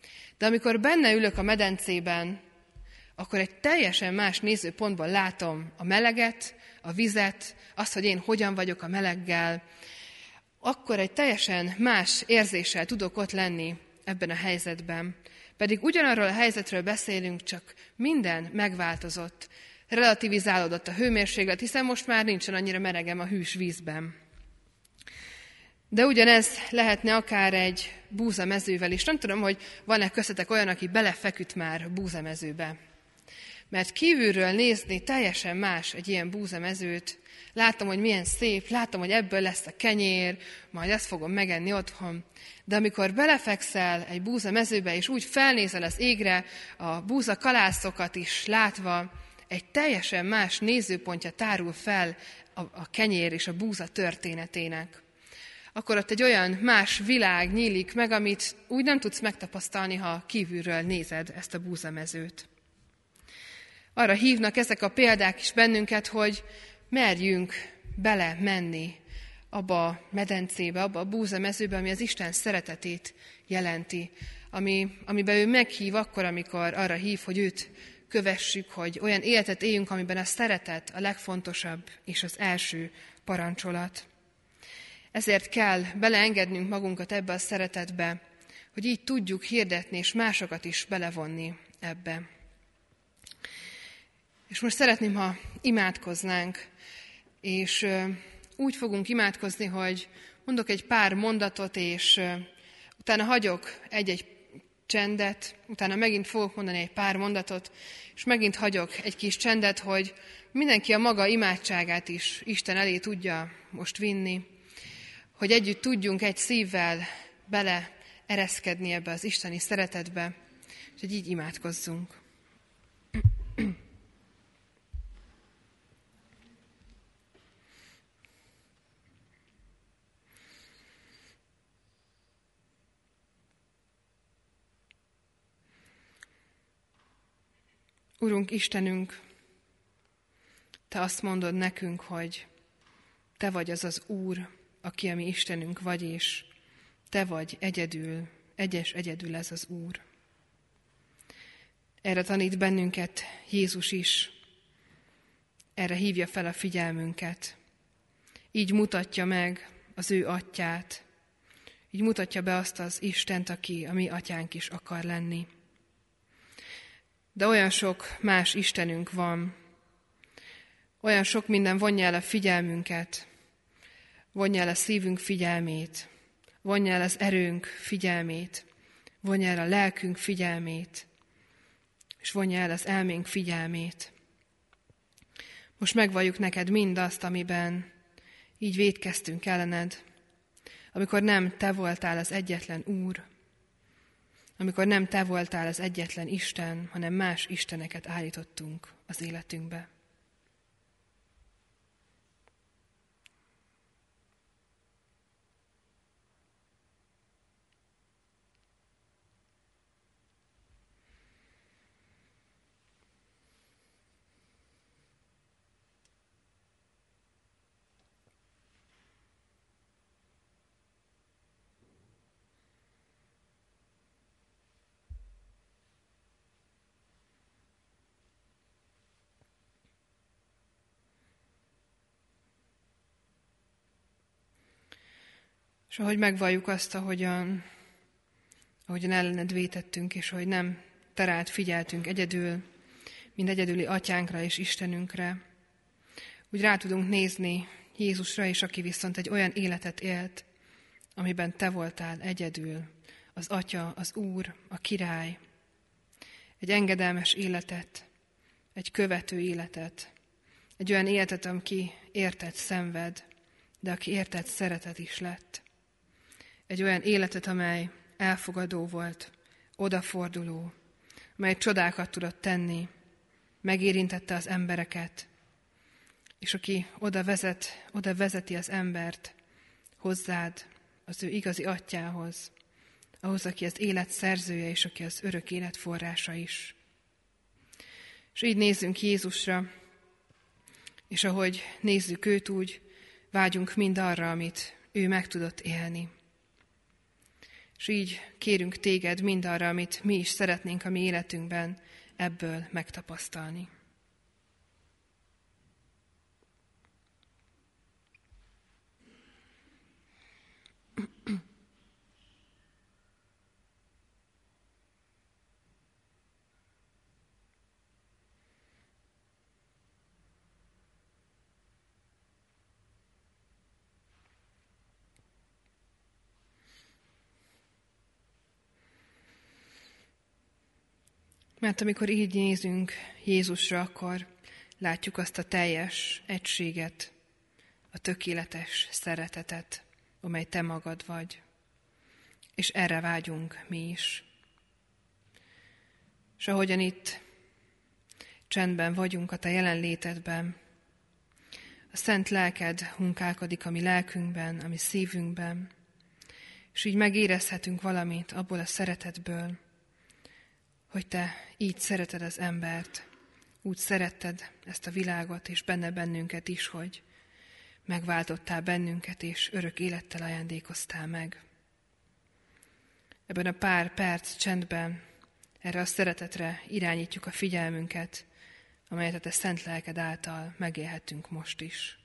De amikor benne ülök a medencében, akkor egy teljesen más nézőpontból látom a meleget, a vizet, azt, hogy én hogyan vagyok a meleggel, akkor egy teljesen más érzéssel tudok ott lenni ebben a helyzetben. Pedig ugyanarról a helyzetről beszélünk, csak minden megváltozott. Relativizálódott a hőmérséklet, hiszen most már nincsen annyira melegem a hűs vízben. De ugyanez lehetne akár egy búzamezővel is. Nem tudom, hogy van-e köztetek olyan, aki belefeküdt már búzamezőbe. Mert kívülről nézni teljesen más egy ilyen búzamezőt. Látom, hogy milyen szép, látom, hogy ebből lesz a kenyér, majd ezt fogom megenni otthon. De amikor belefekszel egy búzamezőbe, és úgy felnézel az égre, a búzakalászokat is látva, egy teljesen más nézőpontja tárul fel a kenyér és a búza történetének. Akkor ott egy olyan más világ nyílik meg, amit úgy nem tudsz megtapasztalni, ha kívülről nézed ezt a búzamezőt. Arra hívnak ezek a példák is bennünket, hogy merjünk bele menni abba a medencébe, abba a búzamezőbe, ami az Isten szeretetét jelenti, amiben ő meghív akkor, amikor arra hív, hogy őt kövessük, hogy olyan életet éljünk, amiben a szeretet a legfontosabb és az első parancsolat. Ezért kell beleengednünk magunkat ebbe a szeretetbe, hogy így tudjuk hirdetni és másokat is belevonni ebbe. És most szeretném, ha imádkoznánk, és úgy fogunk imádkozni, hogy mondok egy pár mondatot, és utána hagyok egy-egy csendet, utána megint fogok mondani egy pár mondatot, és megint hagyok egy kis csendet, hogy mindenki a maga imádságát is Isten elé tudja most vinni, hogy együtt tudjunk egy szívvel bele ereszkedni ebbe az isteni szeretetbe, és hogy így imádkozzunk. Urunk Istenünk, Te azt mondod nekünk, hogy Te vagy az az Úr, aki a mi Istenünk vagy, és Te vagy egyedül, egyedül ez az Úr. Erre tanít bennünket Jézus is, erre hívja fel a figyelmünket. Így mutatja meg az ő atyát, így mutatja be azt az Istent, aki a mi atyánk is akar lenni. De olyan sok más Istenünk van, olyan sok minden vonja el a figyelmünket, vonja el a szívünk figyelmét, vonja el az erőnk figyelmét, vonja el a lelkünk figyelmét, és vonja el az elménk figyelmét. Most megvalljuk neked mindazt, amiben így vétkeztünk ellened, amikor nem Te voltál az egyetlen Úr, amikor nem Te voltál az egyetlen Isten, hanem más isteneket állítottunk az életünkbe. És ahogy megvalljuk azt, ahogyan ellened vétettünk, és hogy nem Te rád figyeltünk egyedül, mint egyedüli atyánkra és Istenünkre, úgy rá tudunk nézni Jézusra is, aki viszont egy olyan életet élt, amiben Te voltál egyedül, az Atya, az Úr, a Király. Egy engedelmes életet, egy követő életet, egy olyan életet, aki érted szenved, de aki érted szeretet is lett. Egy olyan életet, amely elfogadó volt, odaforduló, amely csodákat tudott tenni, megérintette az embereket, és aki oda vezeti az embert hozzád, az ő igazi atyához, ahhoz, aki az élet szerzője, és aki az örök élet forrása is. És így nézzünk Jézusra, és ahogy nézzük őt, úgy vágyunk mind arra, amit ő meg tudott élni. És így kérünk téged mindarra, amit mi is szeretnénk a mi életünkben ebből megtapasztalni. Mert amikor így nézünk Jézusra, akkor látjuk azt a teljes egységet, a tökéletes szeretetet, amely te magad vagy. És erre vágyunk mi is. És ahogyan itt csendben vagyunk a te jelenlétedben, a szent lelked munkálkodik a mi lelkünkben, a mi szívünkben, és így megérezhetünk valamit abból a szeretetből, hogy te így szereted az embert, úgy szeretted ezt a világot, és bennünket is, hogy megváltottál bennünket, és örök élettel ajándékoztál meg. Ebben a pár perc csendben erre a szeretetre irányítjuk a figyelmünket, amelyet a te szent lelked által megélhetünk most is.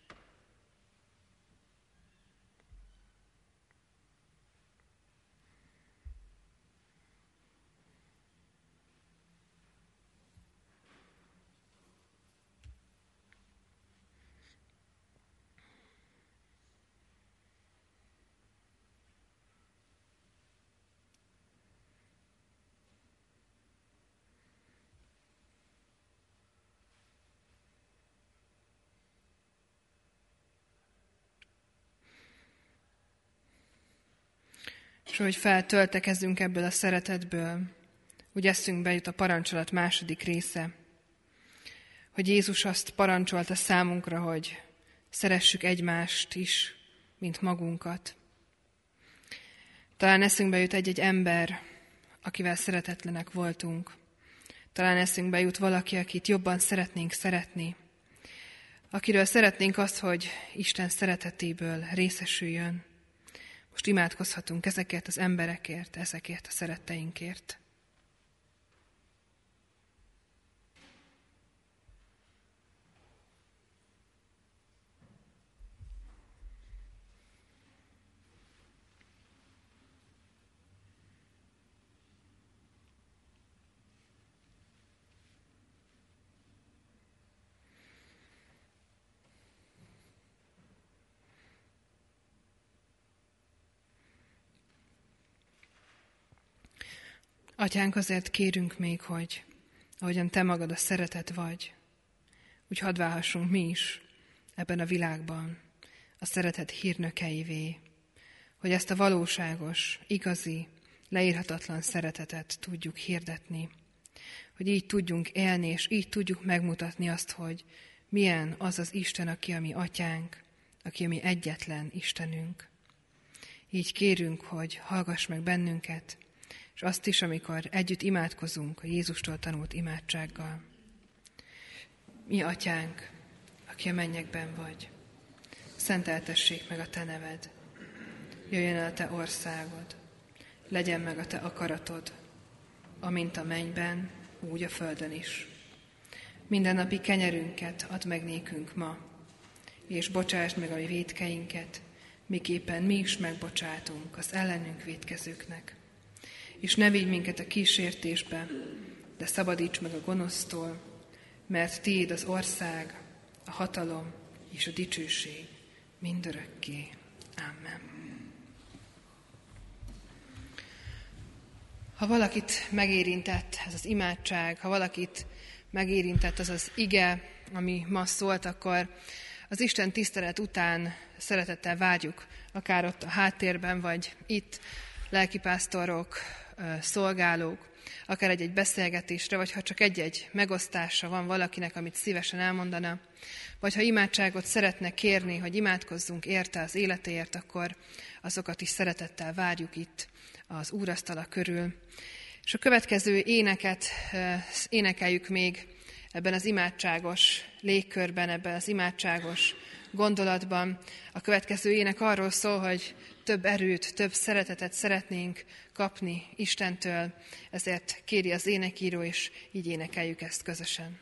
És ahogy feltöltekezünk ebből a szeretetből, úgy eszünkbe jut a parancsolat második része, hogy Jézus azt parancsolta számunkra, hogy szeressük egymást is, mint magunkat. Talán eszünkbe jut egy-egy ember, akivel szeretetlenek voltunk. Talán eszünkbe jut valaki, akit jobban szeretnénk szeretni, akiről szeretnénk azt, hogy Isten szeretetéből részesüljön. Most imádkozhatunk ezekért az emberekért, ezekért a szeretteinkért. Atyánk, azért kérünk még, hogy ahogyan te magad a szeretet vagy, úgy hadd válhassunk mi is ebben a világban a szeretet hírnökeivé, hogy ezt a valóságos, igazi, leírhatatlan szeretetet tudjuk hirdetni, hogy így tudjunk élni, és így tudjuk megmutatni azt, hogy milyen az az Isten, aki a mi atyánk, aki a mi egyetlen Istenünk. Így kérünk, hogy hallgass meg bennünket, és azt is, amikor együtt imádkozunk a Jézustól tanult imádsággal. Mi atyánk, aki a mennyekben vagy, szenteltessék meg a te neved, jöjjön el a te országod, legyen meg a te akaratod, amint a mennyben, úgy a földön is. Mindennapi kenyerünket add meg nékünk ma, és bocsásd meg a mi vétkeinket, miképpen mi is megbocsátunk az ellenünk vétkezőknek. És ne vigy minket a kísértésbe, de szabadíts meg a gonosztól, mert tiéd az ország, a hatalom és a dicsőség mindörökké. Amen. Ha valakit megérintett ez az imádság, ha valakit megérintett az az ige, ami ma szólt, akkor az Isten tisztelet után szeretettel várjuk, akár ott a háttérben, vagy itt lelkipásztorok, szolgálók, akár egy-egy beszélgetésre, vagy ha csak egy-egy megosztásra van valakinek, amit szívesen elmondana, vagy ha imádságot szeretne kérni, hogy imádkozzunk érte az életéért, akkor azokat is szeretettel várjuk itt az úrasztala körül. És a következő éneket énekeljük még ebben az imádságos légkörben, ebben az imádságos gondolatban. A következő ének arról szól, hogy több erőt, több szeretetet szeretnénk kapni Istentől, ezért kéri az énekíró, és így énekeljük ezt közösen.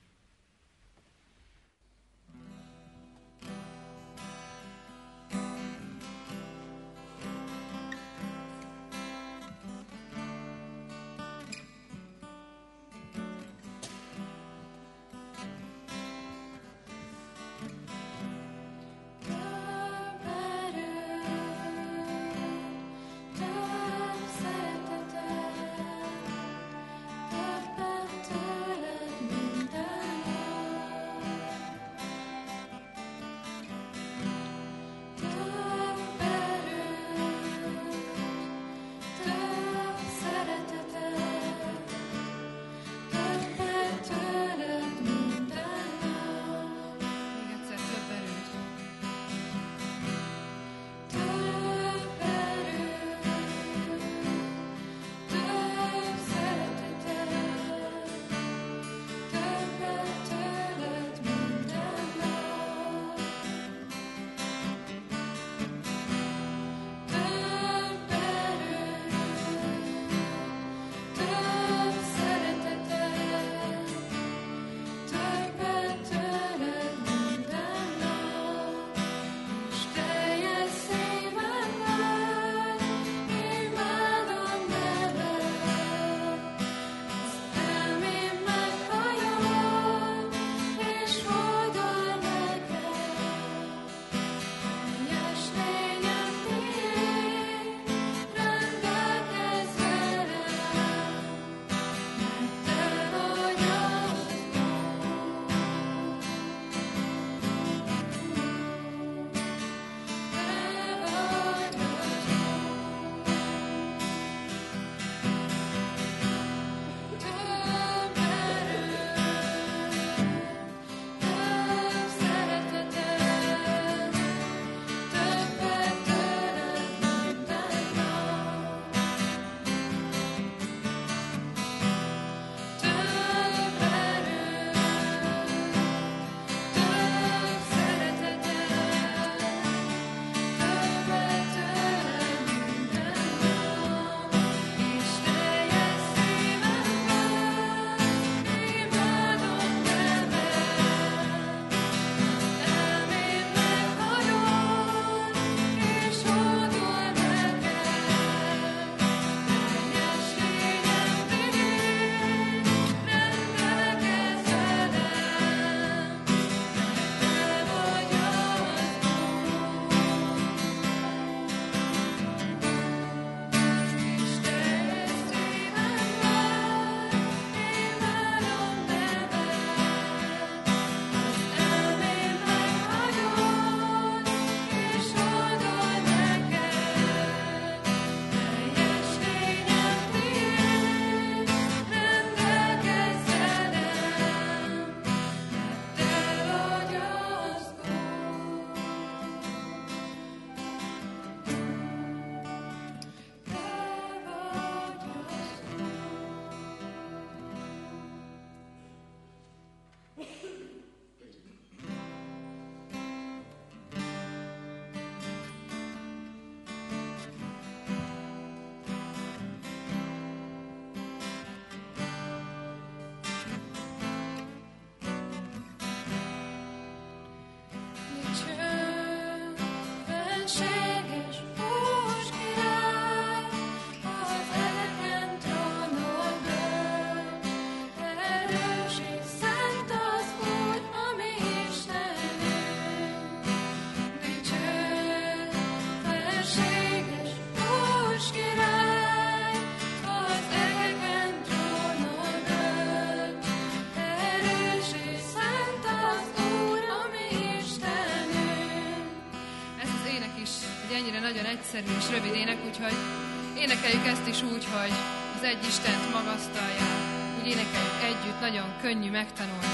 Nagyon egyszerű és rövid ének, úgyhogy énekeljük ezt is úgy, hogy az egy Istent magasztalják, úgy énekeljük együtt, nagyon könnyű megtanulni.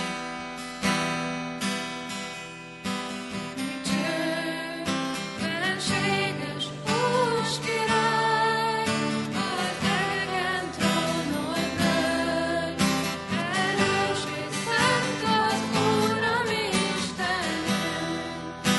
Erős és szent az Úr, a mi Istenünk.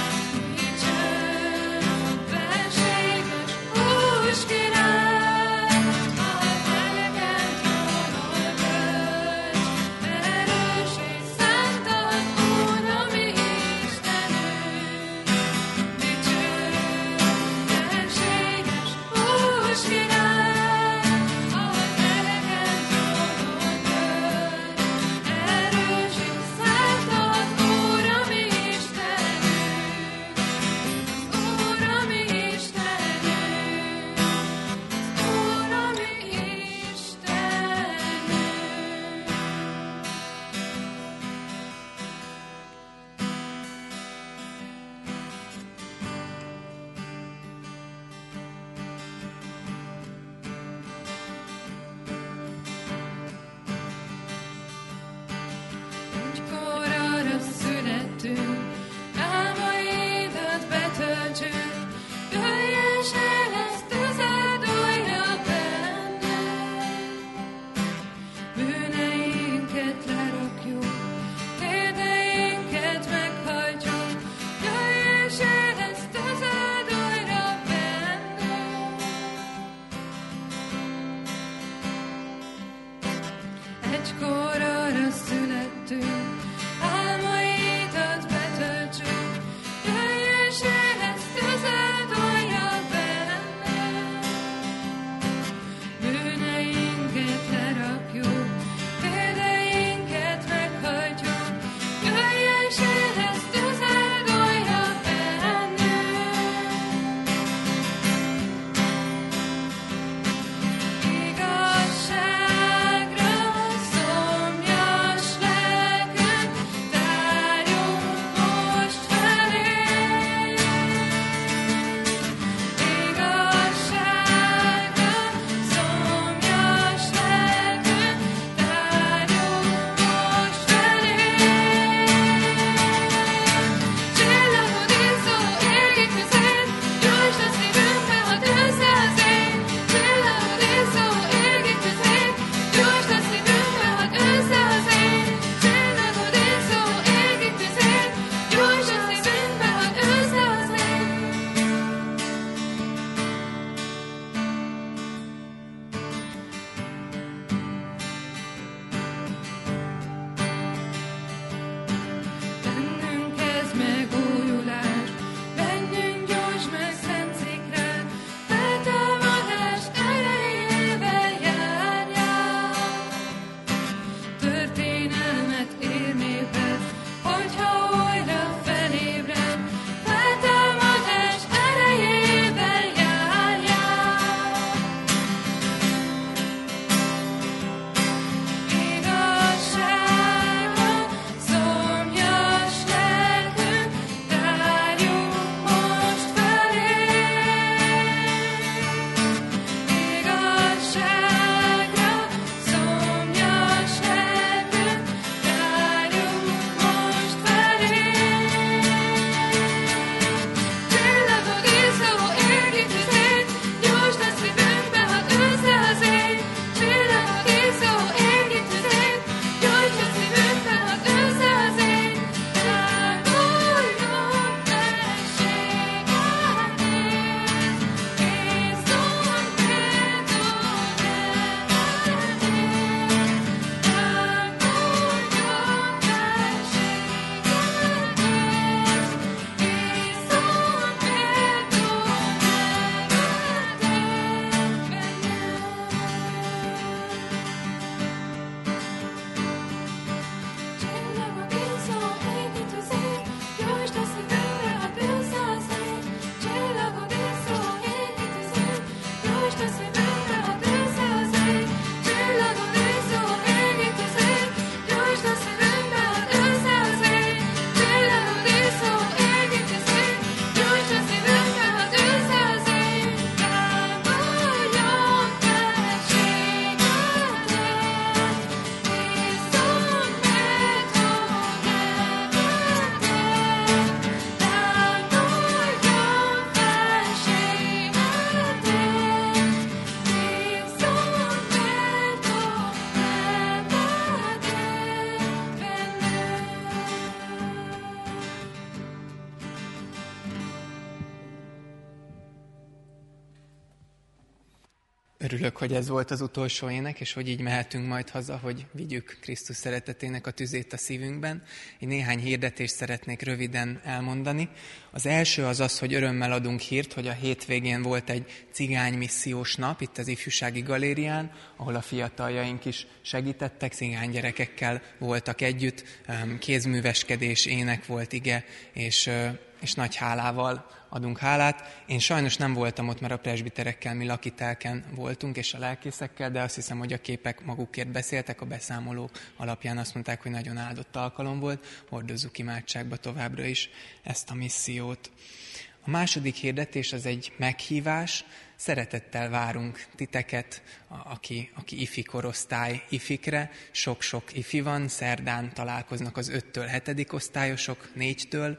Örülök, hogy ez volt az utolsó ének, és hogy így mehetünk majd haza, hogy vigyük Krisztus szeretetének a tüzét a szívünkben. Én néhány hirdetést szeretnék röviden elmondani. Az első az, hogy örömmel adunk hírt, hogy a hétvégén volt egy cigánymissziós nap itt az Ifjúsági Galérián, ahol a fiataljaink is segítettek, cigánygyerekekkel voltak együtt, kézműveskedés, ének volt, ige, és nagy hálával adunk hálát. Én sajnos nem voltam ott, mert a presbiterekkel mi lakitelken voltunk, és a lelkészekkel, de azt hiszem, hogy a képek magukért beszéltek, a beszámolók alapján azt mondták, hogy nagyon áldott alkalom volt, hordozzuk imádságba továbbra is ezt a missziót. A második hirdetés az egy meghívás, szeretettel várunk titeket, aki ifi korosztály ifikre, sok-sok ifi van, szerdán találkoznak az 5-től 7. osztályosok, 4-től,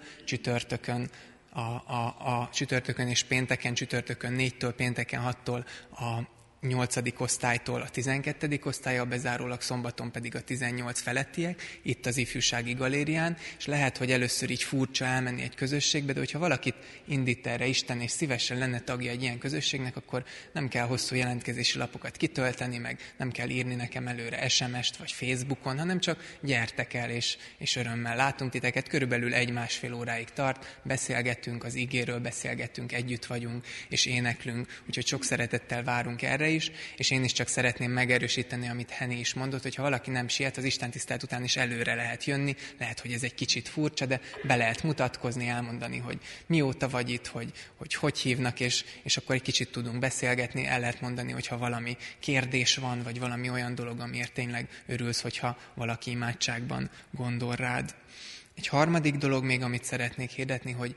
csütörtökön és pénteken, csütörtökön 4-től, pénteken 6-tól a 8. osztálytól a 12. osztálya, bezárólag szombaton pedig a 18 felettiek, itt az Ifjúsági Galérián, és lehet, hogy először így furcsa elmenni egy közösségbe, de hogyha valakit indít erre Isten, és szívesen lenne tagja egy ilyen közösségnek, akkor nem kell hosszú jelentkezési lapokat kitölteni, meg nem kell írni nekem előre SMS-t vagy Facebookon, hanem csak gyertek el, és örömmel látunk titeket. Körülbelül 1-1,5 óráig tart, beszélgetünk az igéről, beszélgetünk, együtt vagyunk, és éneklünk, úgyhogy sok szeretettel várunk erre is, és én is csak szeretném megerősíteni, amit Henny is mondott, hogy ha valaki nem siet, az istentisztelet után is előre lehet jönni, lehet, hogy ez egy kicsit furcsa, de be lehet mutatkozni, elmondani, hogy mióta vagy itt, hogy hívnak, és akkor egy kicsit tudunk beszélgetni, el lehet mondani, hogyha valami kérdés van, vagy valami olyan dolog, amiért tényleg örülsz, hogyha valaki imádságban gondol rád. Egy harmadik dolog még, amit szeretnék hirdetni, hogy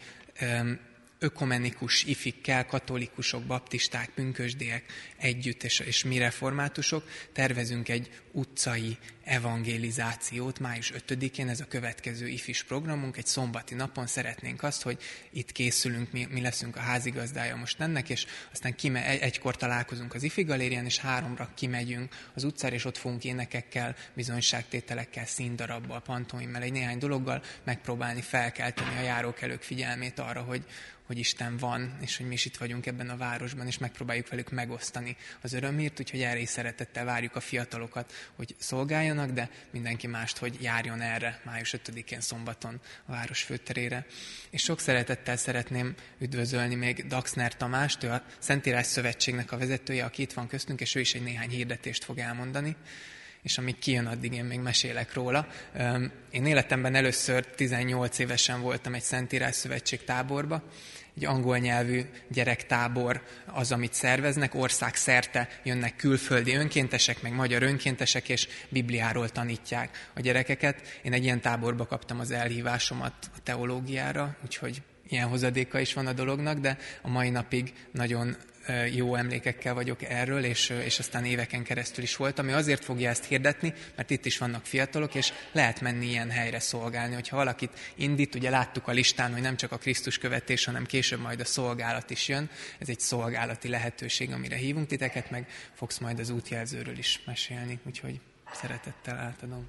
ökumenikus ifikkel, katolikusok, baptisták, pünkösdiek együtt, és mi reformátusok tervezünk egy utcai evangelizációt május 5-én, ez a következő ifis programunk, egy szombati napon szeretnénk azt, hogy itt készülünk, mi leszünk a házigazdája most ennek, és aztán egykor találkozunk az ifi galérián, és 3-ra kimegyünk az utcára, és ott fogunk énekekkel, bizonyságtételekkel, színdarabbal, pantomimmel, egy néhány dologgal megpróbálni felkelteni a járókelők figyelmét arra, hogy Isten van, és hogy mi is itt vagyunk ebben a városban, és megpróbáljuk velük megosztani az örömhírt, úgyhogy erre is szeretettel várjuk a fiatalokat, hogy szolgáljanak, de mindenki mást, hogy járjon erre május 5-én szombaton a város főterére. És sok szeretettel szeretném üdvözölni még Daxner Tamást, ő a Szentírás Szövetségnek a vezetője, aki itt van köztünk, és ő is egy néhány hirdetést fog elmondani. És amíg kijön, addig én még mesélek róla. Én életemben először 18 évesen voltam egy Szentírás Szövetség táborba, egy angol nyelvű gyerektábor az, amit szerveznek, országszerte jönnek külföldi önkéntesek, meg magyar önkéntesek, és Bibliáról tanítják a gyerekeket. Én egy ilyen táborba kaptam az elhívásomat a teológiára, úgyhogy ilyen hozadéka is van a dolognak, de a mai napig nagyon jó emlékekkel vagyok erről, és aztán éveken keresztül is voltam. Ő azért fogja ezt hirdetni, mert itt is vannak fiatalok, és lehet menni ilyen helyre szolgálni. Hogyha valakit indít, ugye láttuk a listán, hogy nem csak a Krisztus követés, hanem később majd a szolgálat is jön. Ez egy szolgálati lehetőség, amire hívunk titeket, meg fogsz majd az útjelzőről is mesélni, úgyhogy szeretettel átadom.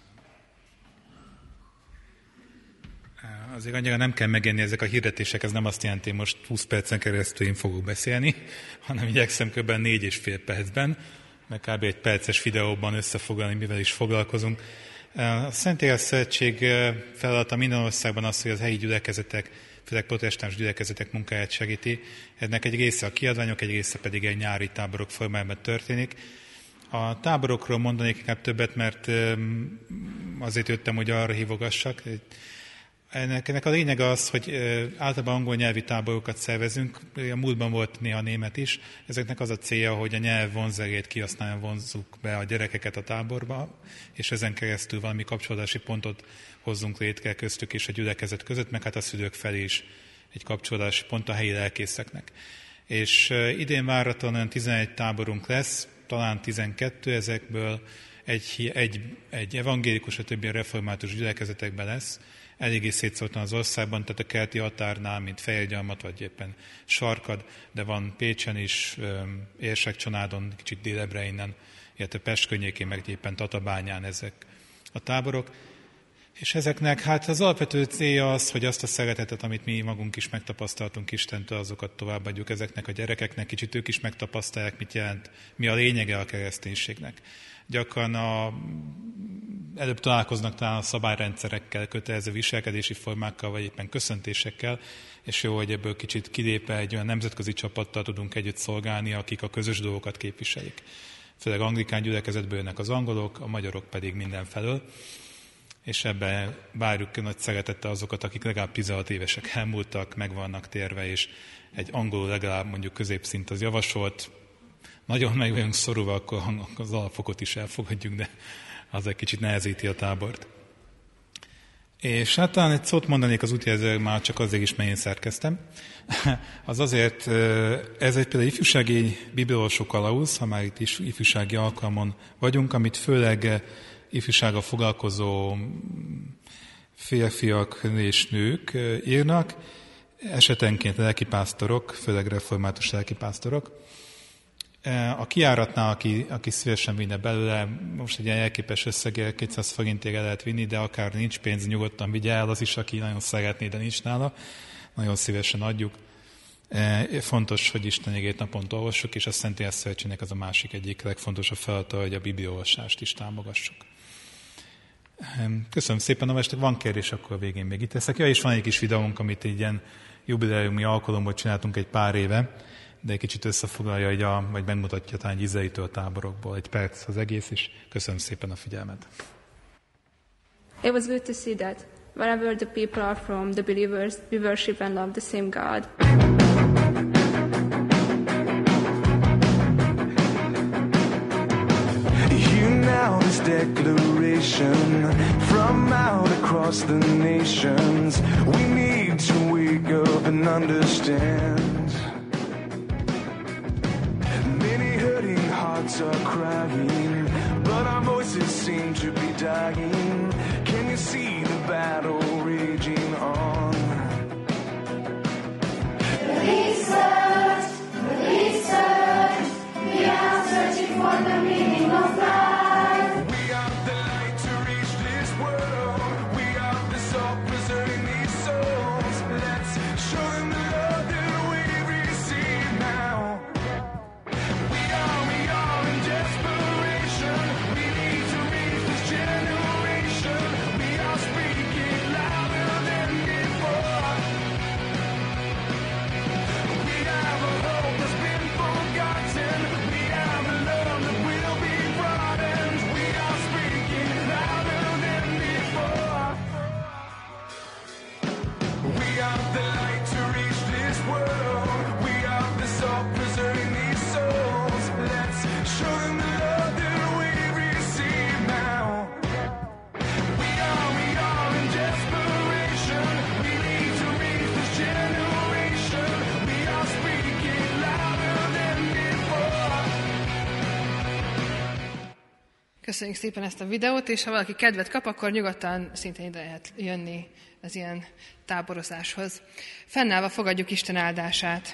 Azért annyira nem kell megenni ezek a hirdetések, ez nem azt jelenti, hogy most 20 percen keresztül én fogok beszélni, hanem igyekszem kb. 4,5 percben, meg kb. egy perces videóban összefoglalni, mivel is foglalkozunk. A Szentírás Szövetség feladata minden országban az, hogy az helyi gyülekezetek, főleg protestáns gyülekezetek munkáját segíti. Ennek egy része a kiadványok, egy része pedig egy nyári táborok formájában történik. A táborokról mondanék inkább többet, mert azért jöttem, hogy arra hívogassak. Ennek a lényeg az, hogy általában angol nyelvi táborokat szervezünk, a múltban volt néha német is. Ezeknek az a célja, hogy a nyelv vonzerét kihasználva vonzzuk be a gyerekeket a táborba, és ezen keresztül valami kapcsolódási pontot hozzunk létre köztük és a gyülekezet között, meg hát a szülők felé is egy kapcsolódási pont a helyi lelkészeknek. És idén várhatóan olyan 11 táborunk lesz, talán 12, ezekből egy evangélikus, a többi a református gyülekezetekben lesz. Eléggé szétszórtan az országban, tehát a keleti határnál, mint Fehérgyalmat, vagy éppen Sarkad, de van Pécsen is, Érsekcsanádon, kicsit délebbre innen, illetve Pest környékén, meg éppen Tatabányán ezek a táborok. És ezeknek hát az alapvető célja az, hogy azt a szeretetet, amit mi magunk is megtapasztaltunk Istentől, azokat továbbadjuk ezeknek a gyerekeknek, kicsit ők is megtapasztalják, mit jelent, mi a lényege a kereszténységnek. Gyakran előbb találkoznak talán a szabályrendszerekkel, kötelező viselkedési formákkal, vagy éppen köszöntésekkel, és jó, hogy ebből kicsit kilépve egy olyan nemzetközi csapattal tudunk együtt szolgálni, akik a közös dolgokat képviselik. Főleg anglikán gyülekezetből jönnek az angolok, a magyarok pedig mindenfelől. És ebben várjuk nagy szeretettel azokat, akik legalább 16 évesek elmúltak, meg vannak térve, és egy angolul legalább mondjuk középszint az javasolt. Nagyon meg vagyunk szorulva, akkor az alapfokot is elfogadjuk, de az egy kicsit nehezíti a tábort. És hát talán egy szót mondanék az útjelzőről, már csak azért is, mert én szerkeztem. Az azért, ez egy például ifjúsági bibliolvasó kalauz, ha már itt is ifjúsági alkalmon vagyunk, amit főleg ifjúsággal foglalkozó férfiak és nők írnak, esetenként lelkipásztorok, főleg református lelkipásztorok. A kijáratnál, aki szívesen vinne belőle, most egy ilyen elképes összegért 200 forintért el lehet vinni, de akár nincs pénz, nyugodtan vigye el az is, aki nagyon szeretné, de nincs nála. Nagyon szívesen adjuk. Fontos, hogy Isten igét naponta olvassuk, és a Szentélyes Szövetségnek az a másik egyik legfontosabb feladata, hogy a bibliaolvasást is támogassuk. Köszönöm szépen, ha van kérdés, akkor a végén még itt leszek. Ja, és van egy kis videónk, amit így ilyen jubileumi alkalommal csináltunk egy pár éve, de egy kicsit összefoglalja, vagy megmutatja talán Izraelitől a táborokból. Egy perc az egész, és köszönöm szépen a figyelmet. It was good to see that wherever the people are from, the believers, we worship and love the same God. Now this declaration from out across the nations, we need to wake up and understand. Many hurting hearts are crying, but our voices seem to be dying. Can you see the battle raging on? Research, we are searching for the meaning of life. Köszönjük szépen ezt a videót, és ha valaki kedvet kap, akkor nyugodtan szintén ide lehet jönni az ilyen táborozáshoz. Fennállva fogadjuk Isten áldását.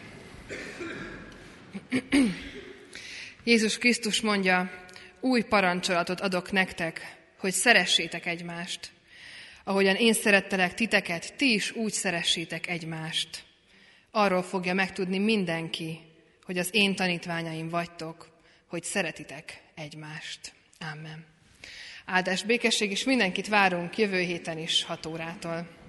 Jézus Krisztus mondja, új parancsolatot adok nektek, hogy szeressétek egymást. Ahogyan én szerettelek titeket, ti is úgy szeressétek egymást. Arról fogja megtudni mindenki, hogy az én tanítványaim vagytok, hogy szeretitek egymást. Amen. Áldás, békesség, és mindenkit várunk jövő héten is 6 órától.